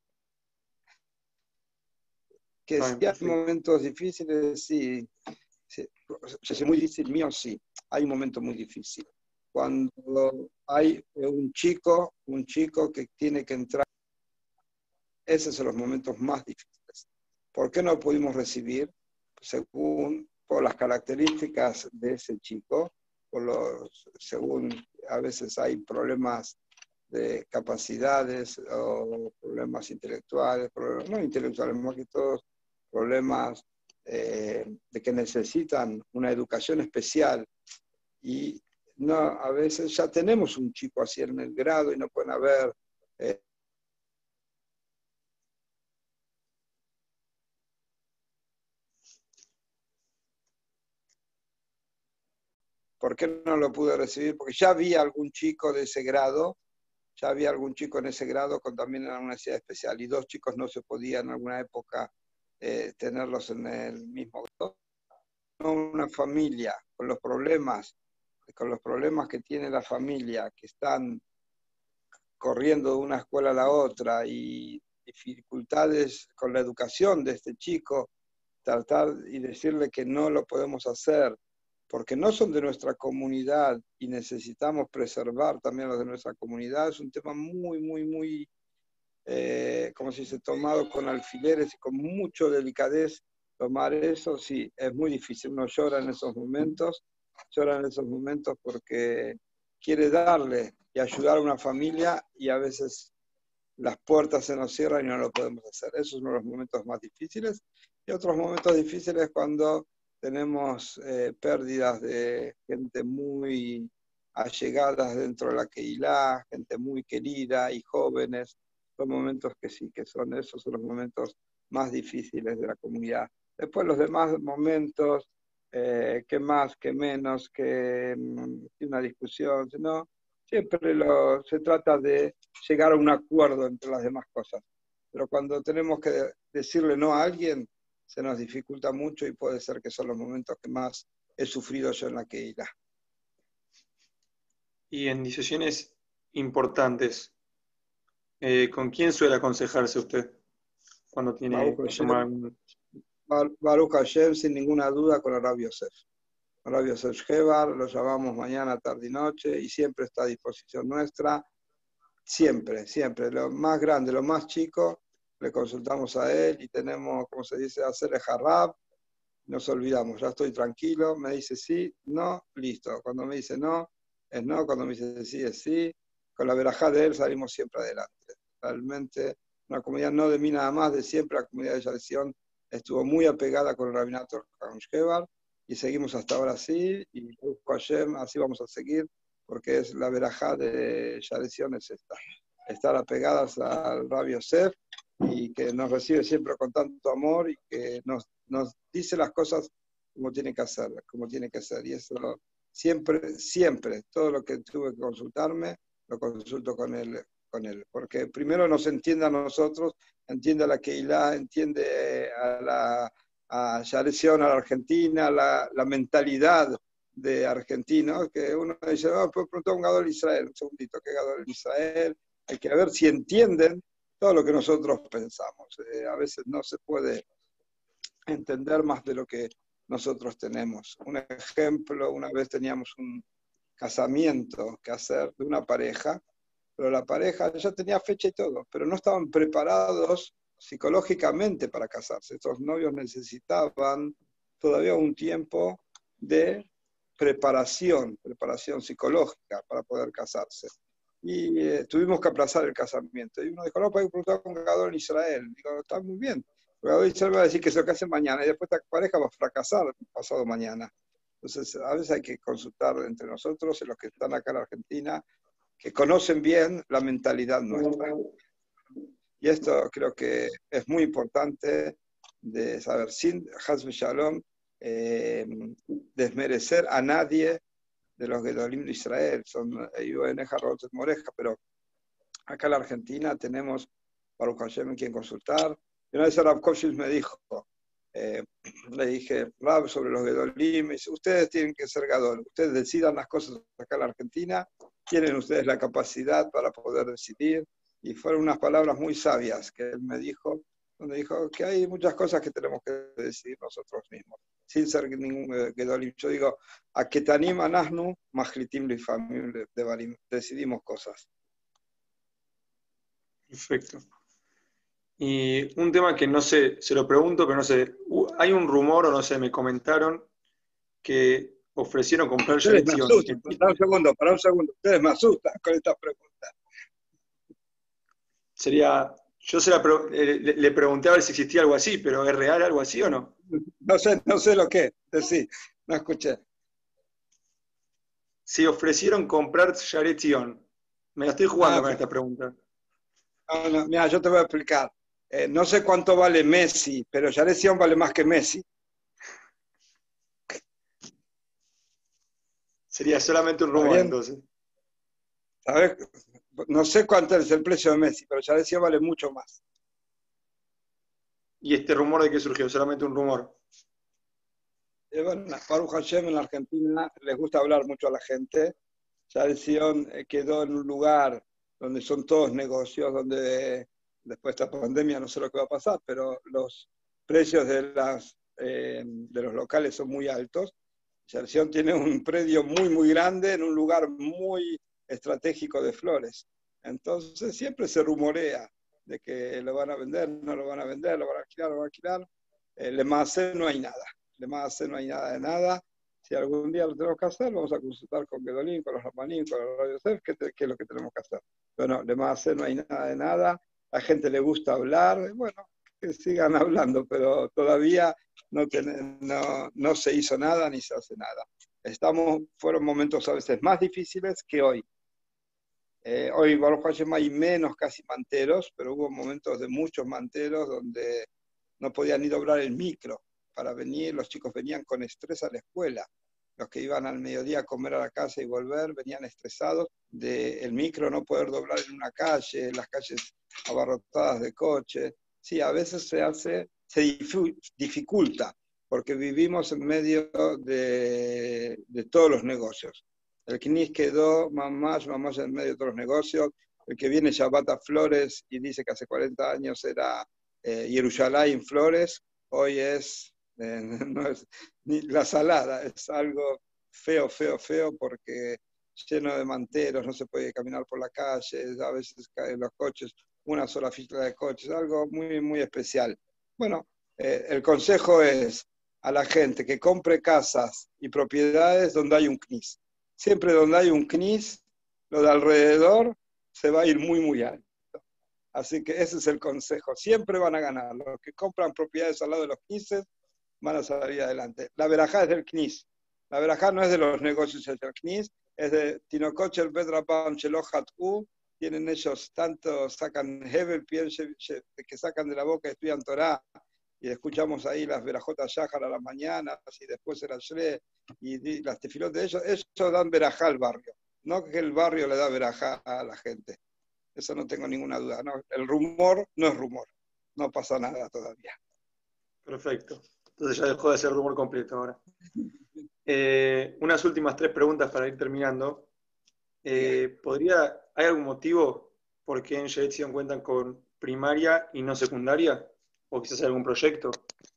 Que si hay momentos difíciles, sí, sí, es muy difícil mío, sí, hay un momento muy difícil. Cuando hay un chico, un chico que tiene que entrar, esos son los momentos más difíciles. ¿Por qué no pudimos recibir? Según por las características de ese chico, por los, según a veces hay problemas de capacidades o problemas intelectuales, problemas, no intelectuales, más que todos problemas eh, de que necesitan una educación especial, y no, a veces ya tenemos un chico así en el grado y no pueden haber eh, ¿por qué no lo pude recibir? Porque ya había algún chico de ese grado, ya había algún chico en ese grado con también en una necesidad especial, y dos chicos no se podían en alguna época eh, tenerlos en el mismo grado. Una familia con los problemas, con los problemas que tiene la familia, que están corriendo de una escuela a la otra, y dificultades con la educación de este chico, tratar y decirle que no lo podemos hacer, porque no son de nuestra comunidad y necesitamos preservar también los de nuestra comunidad, es un tema muy, muy, muy, eh, como si se tomado con alfileres y con mucho delicadez. Tomar eso, sí, es muy difícil. Uno llora en esos momentos, llora en esos momentos porque quiere darle y ayudar a una familia, y a veces las puertas se nos cierran y no lo podemos hacer. Esos son uno de los momentos más difíciles. Y otros momentos difíciles cuando tenemos eh, pérdidas de gente muy allegadas dentro de la Keilah, gente muy querida y jóvenes. Son momentos que sí, que son esos son los momentos más difíciles de la comunidad. Después los demás momentos, eh, que más, que menos, que mm, una discusión, ¿no? Siempre lo, se trata de llegar a un acuerdo entre las demás cosas. Pero cuando tenemos que decirle no a alguien, se nos dificulta mucho y puede ser que son los momentos que más he sufrido yo en la Keilah. Y en decisiones importantes, eh, ¿con quién suele aconsejarse usted cuando tiene Baruch que tomar Hashem, un... Baruch Hashem, sin ninguna duda, con el Rav Yosef. El Rav Yosef Shebar, lo llamamos mañana, tarde y noche, y siempre está a disposición nuestra. Siempre, siempre. Lo más grande, lo más chico, le consultamos a él y tenemos, como se dice, hacer el jarrab. Nos olvidamos, ya estoy tranquilo, me dice sí, no, listo. Cuando me dice no, es no, cuando me dice sí, es sí. Con la verajá de él salimos siempre adelante. Realmente, una comunidad no de mí nada más, de siempre, la comunidad de Yalesión estuvo muy apegada con el rabinato Shebar y seguimos hasta ahora así, y Hashem, así vamos a seguir, porque es la verajá de Yalesión es esta, estar apegadas al Rabbi Yosef y que nos recibe siempre con tanto amor y que nos, nos dice las cosas como tiene que hacer, como tiene que ser. Y eso siempre, siempre, todo lo que tuve que consultarme, lo consulto con él, con él. Porque primero nos entiende a nosotros, entiende a la Keilah, entiende a la a Yalesión, a la Argentina, la, la mentalidad de argentinos, que uno dice, oh, pues preguntó a un Gadol Israel, un segundito, ¿qué Gadol Israel? Hay que ver si entienden todo lo que nosotros pensamos. Eh, a veces no se puede entender más de lo que nosotros tenemos. Un ejemplo, una vez teníamos un casamiento que hacer de una pareja, pero la pareja ya tenía fecha y todo, pero no estaban preparados psicológicamente para casarse. Estos novios necesitaban todavía un tiempo de preparación, preparación psicológica para poder casarse. Y eh, tuvimos que aplazar el casamiento. Y uno dijo, no, para preguntar con un Gadol en Israel. Digo, está muy bien. El Gadol en Israel va a decir que se case mañana y después esta pareja va a fracasar pasado mañana. Entonces, a veces hay que consultar entre nosotros, los que están acá en Argentina, que conocen bien la mentalidad nuestra. Y esto creo que es muy importante de saber, sin Haz Shalom, eh, desmerecer a nadie de los Gedolim de Israel, son Yueneja, Rotet Moreja, pero acá en la Argentina tenemos Baruch Hashem en quien consultar. Y una vez Rav Koshis me dijo, eh, le dije, Rav, sobre los Gedolim, me dice, ustedes tienen que ser Gadol, ustedes decidan las cosas acá en la Argentina, tienen ustedes la capacidad para poder decidir. Y fueron unas palabras muy sabias que él me dijo, donde dijo que hay muchas cosas que tenemos que decidir nosotros mismos, sin ser ningún Gedolim. Yo digo, a Ketanim Anahnu, Mahlitim Lifamim Devarim, decidimos cosas. Perfecto. Y un tema que no sé, se lo pregunto, pero no sé, hay un rumor, o no sé, me comentaron que ofrecieron comprar Ustedes me Yalesión. asustan, para un segundo, para un segundo, ustedes me asustan con esta pregunta. Sería, yo se la pre- le, le pregunté a ver si existía algo así, pero ¿es real algo así o no? No sé, no sé lo que es, sí, no escuché. Si ofrecieron comprar Yalesión. Me la estoy jugando Ah, con esta pregunta. no, no, mira, yo te voy a explicar. Eh, no sé cuánto vale Messi, pero Yalesión vale más que Messi. Sería solamente un ¿Está rumor bien? entonces. ¿Sabes? No sé cuánto es el precio de Messi, pero Yalesión vale mucho más. ¿Y este rumor de qué surgió? Solamente un rumor. Eh, bueno, Baruch Hashem en la Argentina les gusta hablar mucho a la gente. Yalesión quedó en un lugar donde son todos negocios, donde después de esta pandemia no sé lo que va a pasar, pero los precios de, las, eh, de los locales son muy altos. Yalesión tiene un predio muy, muy grande en un lugar muy estratégico de Flores. Entonces siempre se rumorea de que lo van a vender, no lo van a vender, lo van a alquilar, lo van a alquilar. Eh, Le Maasé no hay nada. Le Maasé no hay nada de nada. Si algún día lo tenemos que hacer, vamos a consultar con Gedolim, con los Ramanim, con los Radio Yosef, qué, qué es lo que tenemos que hacer. Pero no, Le Maasé no hay nada de nada. la gente le gusta hablar, bueno, que sigan hablando, pero todavía no, ten, no, no se hizo nada ni se hace nada. Estamos, fueron momentos a veces más difíciles que hoy. Eh, hoy, Baruch Hashem, hay menos casi manteros, pero hubo momentos de muchos manteros donde no podían ni doblar el micro para venir, los chicos venían con estrés a la escuela. Los que iban al mediodía a comer a la casa y volver venían estresados del micro no poder doblar en una calle, las calles abarrotadas de coches. Sí, a veces se hace, se dificulta, porque vivimos en medio de, de todos los negocios. El C N I S quedó mamás, mamás en medio de todos los negocios. El que viene Shabbat a Flores y dice que hace cuarenta años era eh, Jerusalén Flores, hoy es, eh, no es ni la salada, es algo feo, feo, feo, porque lleno de manteros, no se puede caminar por la calle, a veces caen los coches, una sola fila de coches, algo muy, muy especial. Bueno, eh, el consejo es a la gente que compre casas y propiedades donde hay un C N I S. Siempre donde hay un C N I S, lo de alrededor se va a ir muy, muy alto. Así que ese es el consejo. Siempre van a ganar. Los que compran propiedades al lado de los C N I S van a salir adelante. La verajá es del C N I S. La verajá no es de los negocios del C N I S, es de Tinococher, Bedrapam, Shelohat U. Tienen ellos tanto, sacan Hebel, que sacan de la boca, estudian Torah, y escuchamos ahí las verajotas Yahar a las mañanas, y después el Ashre, y las tefilot de ellos, ellos dan verajá al barrio. No que el barrio le da verajá a la gente. Eso no tengo ninguna duda. No, el rumor no es rumor. No pasa nada todavía. Perfecto. Entonces ya dejó de ser rumor completo ahora. Eh, unas últimas tres preguntas para ir terminando. Eh, ¿podría, ¿Hay algún motivo por qué en Sheetzion cuentan con primaria y no secundaria? ¿O quizás algún proyecto?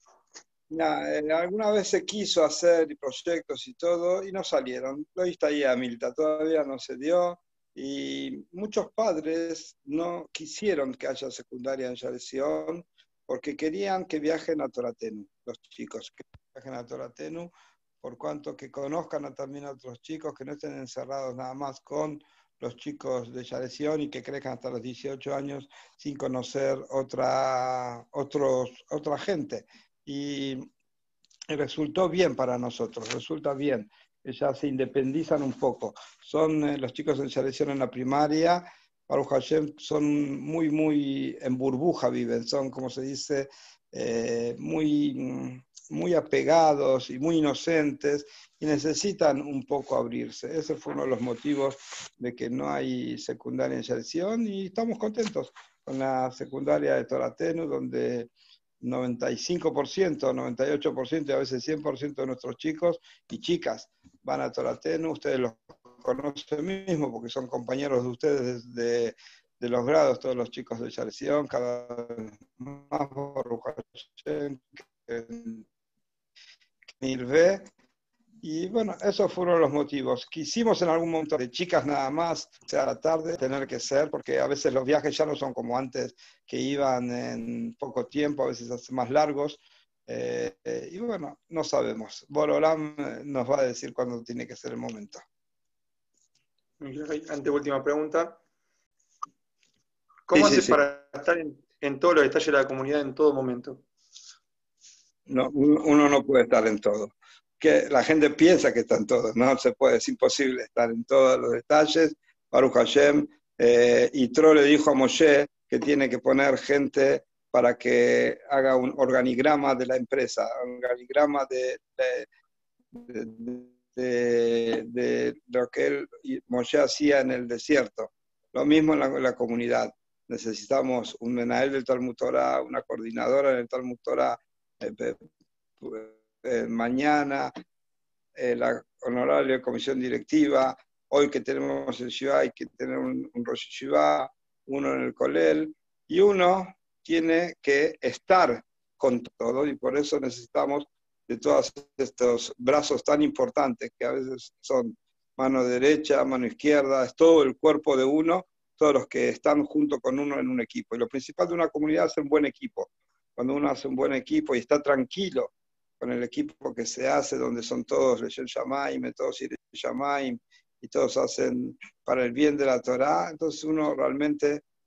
Ya, eh, alguna vez se quiso hacer proyectos y todo y no salieron. Lo viste ahí a Milta, todavía no se dio. Y muchos padres no quisieron que haya secundaria en Sheetzion porque querían que viajen a Toratenu, los chicos, que viajen a Toratenu, por cuanto que conozcan a, también a otros chicos, que no estén encerrados nada más con los chicos de Sheetzion y que crezcan hasta los dieciocho años sin conocer otra, otros, otra gente. Y resultó bien para nosotros, resulta bien. Ya se independizan un poco. Son eh, los chicos en Sheetzion en la primaria, Baruch Hashem, son muy, muy en burbuja viven, son, como se dice, eh, muy, muy apegados y muy inocentes y necesitan un poco abrirse. Ese fue uno de los motivos de que no hay secundaria en Sheetzion y estamos contentos con la secundaria de Toratenu, donde noventa y cinco por ciento, noventa y ocho por ciento y a veces cien por ciento de nuestros chicos y chicas van a Toratenu. Ustedes los conocen mismo porque son compañeros de ustedes de, de los grados, todos los chicos de Sheetzion, cada vez más Baruch Hashem, Nilve. Y bueno, esos fueron los motivos. Quisimos en algún momento de chicas nada más, sea a la tarde, tener que ser, porque a veces los viajes ya no son como antes, que iban en poco tiempo, a veces hace más largos. Eh, eh, y bueno, no sabemos. Borolam nos va a decir cuándo tiene que ser el momento. Anteúltima pregunta. ¿Cómo sí, sí, hace sí. para estar en, en todos los detalles de la comunidad en todo momento? No, uno no puede estar en todo. Que la gente piensa que está en todo, no se puede, es imposible estar en todos los detalles. Baruch Hashem, eh, Yitro le dijo a Moshe que tiene que poner gente para que haga un organigrama de la empresa, un organigrama de, de, de, de, de lo que él, Moshe hacía en el desierto. Lo mismo en la, en la comunidad. Necesitamos un menael del Talmud Torah, una coordinadora en el Talmud Torah, eh, eh, mañana, eh, la honorable comisión directiva. Hoy que tenemos el Shiva hay que tener un, un Rosh Shiva, uno en el Kolel, y uno tiene que estar con todo, y por eso necesitamos de todos estos brazos tan importantes, que a veces son mano derecha, mano izquierda, es todo el cuerpo de uno, todos los que están junto con uno en un equipo. Y lo principal de una comunidad es un buen equipo. Cuando uno hace un buen equipo y está tranquilo con el equipo que se hace, donde son todos Leshem Shamaim, todos Yirei Shamaim, y todos hacen para el bien de la Torá, entonces uno realmente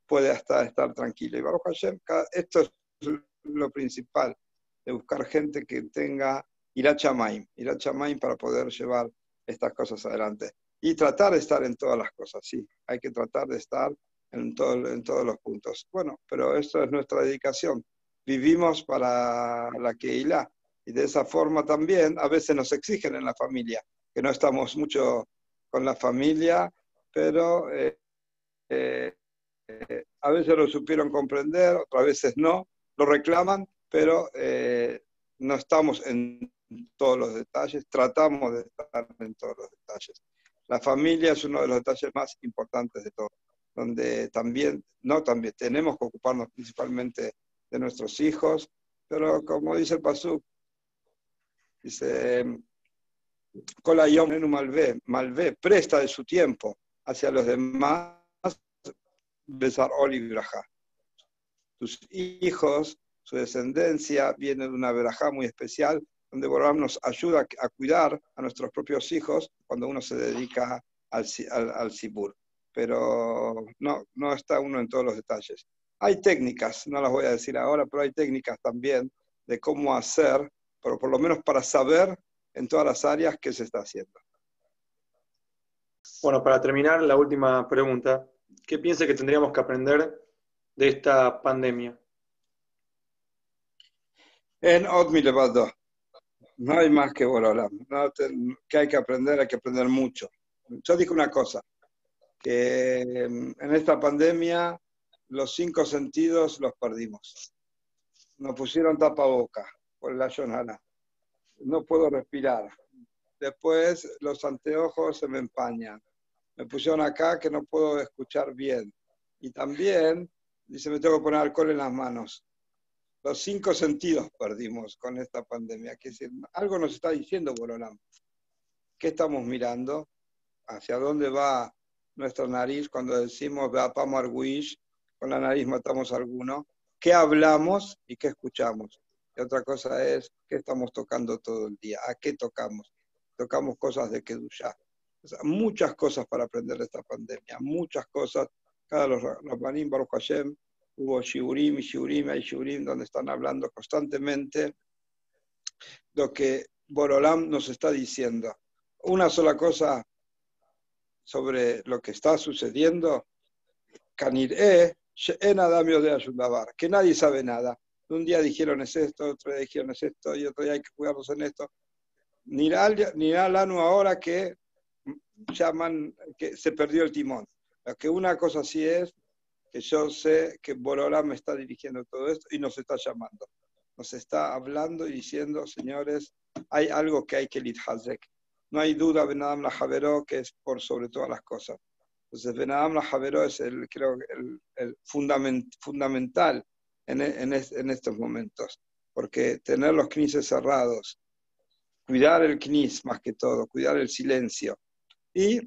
puede hasta estar tranquilo. Y Baruch Hashem, esto es lo principal, de buscar gente que tenga Irat Shamayim, Irat Shamayim para poder llevar estas cosas adelante. Y tratar de estar en todas las cosas, sí, hay que tratar de estar en, todo, en todos los puntos. Bueno, pero esto es nuestra dedicación. Vivimos para la Keilah, y de esa forma también a veces nos exigen en la familia, que no estamos mucho con la familia, pero eh, eh, eh, a veces lo supieron comprender, otras veces no, lo reclaman, pero eh, no estamos en todos los detalles, tratamos de estar en todos los detalles. La familia es uno de los detalles más importantes de todo, donde también, no también, tenemos que ocuparnos principalmente de nuestros hijos, pero como dice el Pasuk, dice, Kola Yom Nenu Malvé, Malvé, presta de su tiempo hacia los demás, Besar Oli Brajá. Tus hijos, su descendencia, viene de una verajá muy especial, donde Borolam nos ayuda a cuidar a nuestros propios hijos cuando uno se dedica al, al, al Sibur. Pero no, no está uno en todos los detalles. Hay técnicas, no las voy a decir ahora, pero hay técnicas también de cómo hacer, pero por lo menos para saber en todas las áreas qué se está haciendo. Bueno, para terminar, la última pregunta. ¿Qué piensa que tendríamos que aprender de esta pandemia? En Od Milevado. No hay más que Borolam. No te, que hay que aprender, hay que aprender mucho. Yo dije una cosa, que en esta pandemia los cinco sentidos los perdimos. Nos pusieron tapaboca por la Yonana. No puedo respirar. Después los anteojos se me empañan. Me pusieron acá que no puedo escuchar bien. Y también, dice, me tengo que poner alcohol en las manos. Los cinco sentidos perdimos con esta pandemia. Que decir, algo nos está diciendo Borolam. ¿Qué estamos mirando? ¿Hacia dónde va nuestra nariz cuando decimos Beapam Arwish? Con la nariz matamos a alguno. ¿Qué hablamos y qué escuchamos? Y otra cosa es, ¿qué estamos tocando todo el día? ¿A qué tocamos? Tocamos cosas de Kedushá. O sea, muchas cosas para aprender de esta pandemia, muchas cosas. Cada los Rabbanim, Baruch Hashem, hubo shiurim y shiurim, hay shiurim donde están hablando constantemente lo que Borolam nos está diciendo. Una sola cosa sobre lo que está sucediendo, Kanir'e, she'en adam yodea shum davar, que nadie sabe nada. Un día dijeron es esto, otro día dijeron es esto, y otro día hay que cuidarnos en esto. Ni Lanu ahora que llaman que se perdió el timón. Lo que una cosa sí es que yo sé que Borolam me está dirigiendo todo esto y nos está llamando. Nos está hablando y diciendo, señores, hay algo que hay que lidhazek. No hay duda, Ben Adam la Javeró, que es por sobre todas las cosas. Entonces, Ben Adam la Javeró es el, creo, el, el fundament, fundamental en, en, en estos momentos. Porque tener los knises cerrados, cuidar el knis más que todo, cuidar el silencio. Y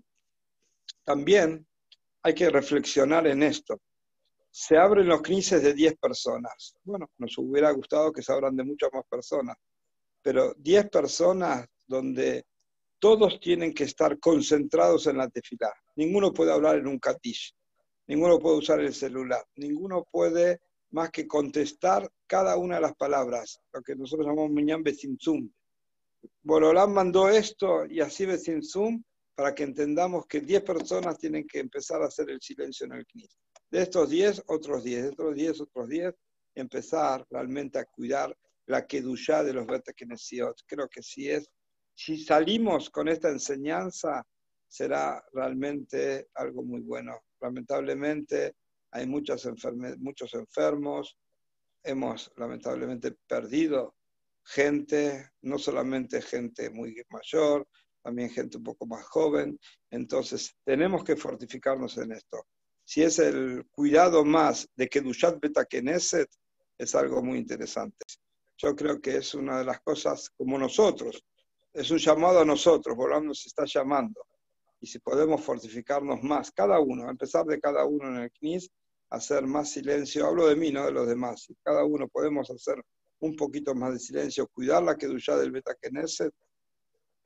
también hay que reflexionar en esto. Se abren los knises de diez personas. Bueno, nos hubiera gustado que se abran de muchas más personas, pero diez personas donde todos tienen que estar concentrados en la tefilá. Ninguno puede hablar en un katish, ninguno puede usar el celular, ninguno puede más que contestar cada una de las palabras, lo que nosotros llamamos Minyan Besimtsum. Borolam mandó esto y así Besimtsum para que entendamos que diez personas tienen que empezar a hacer el silencio en el knis. De estos diez, otros diez, de estos diez, otros diez, empezar realmente a cuidar la kedushá de los Beta Knesiot. Creo que si es, si salimos con esta enseñanza, será realmente algo muy bueno. Lamentablemente hay muchas enferme, muchos enfermos, hemos lamentablemente perdido gente, no solamente gente muy mayor, también gente un poco más joven. Entonces tenemos que fortificarnos en esto. Si es el cuidado más de Kedushat Beta Knesset, es algo muy interesante. Yo creo que es una de las cosas como nosotros, es un llamado a nosotros, Borolam nos está llamando. Y si podemos fortificarnos más, cada uno, a empezar de cada uno en el Knis, hacer más silencio, hablo de mí, no de los demás, si cada uno podemos hacer un poquito más de silencio, cuidar la Kedushat del Beta Knesset,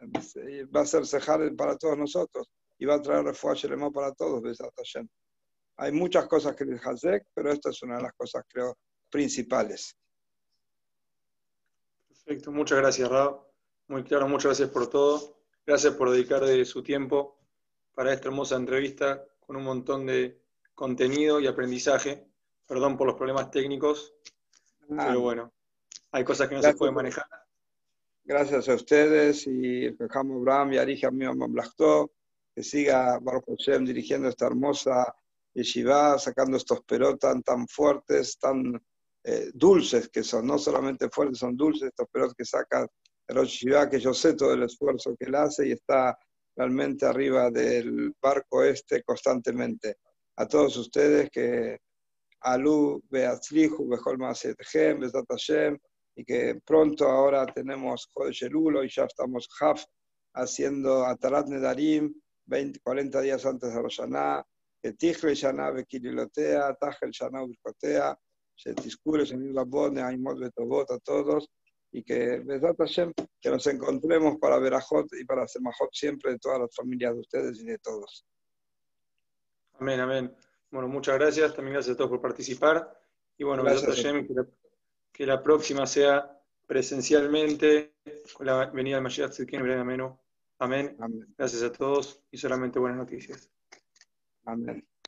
va a ser sejar para todos nosotros y va a traer refuah shelema para todos, Besat Hashem. Hay muchas cosas que les hazek, pero esta es una de las cosas, creo, principales. Perfecto, muchas gracias, Rab. Muy claro, muchas gracias por todo. Gracias por dedicar de su tiempo para esta hermosa entrevista con un montón de contenido y aprendizaje. Perdón por los problemas técnicos, Ah, pero bueno, hay cosas que no gracias, se pueden manejar. Gracias a ustedes y el Jajam Abraham y Arija Mio Mamlachtó, que siga Baruch Hashem dirigiendo esta hermosa yeshiva, sacando estos peros tan, tan fuertes, tan eh, dulces que son, no solamente fuertes, son dulces estos peros que saca el Rosh Yeshiva, que yo sé todo el esfuerzo que él hace y está realmente arriba del barco este constantemente. A todos ustedes que Alú, Beatzlihu, Bechol Maasetchem, Bezat Hashem, y que pronto ahora tenemos Jodesh Elul y ya estamos Haf haciendo Atarat Nedarim, veinte, cuarenta días antes de Rosh Hashanah, que Tichle Shana Bekililotea, Tajel Shana Ubikotea, Shetiskure Shenil Labone, Aimot Betobot a todos, y que Bezat Hashem, que nos encontremos para Berajot y para Semajot siempre de todas las familias de ustedes y de todos. Amén, amén. Bueno, muchas gracias. También gracias a todos por participar. Y bueno, Bezat Hashem, que la, que la próxima sea presencialmente con la venida del Mashiach Tzidkenu B'nai Amenu. Amén. Amén. Gracias a todos y solamente buenas noticias. Amén.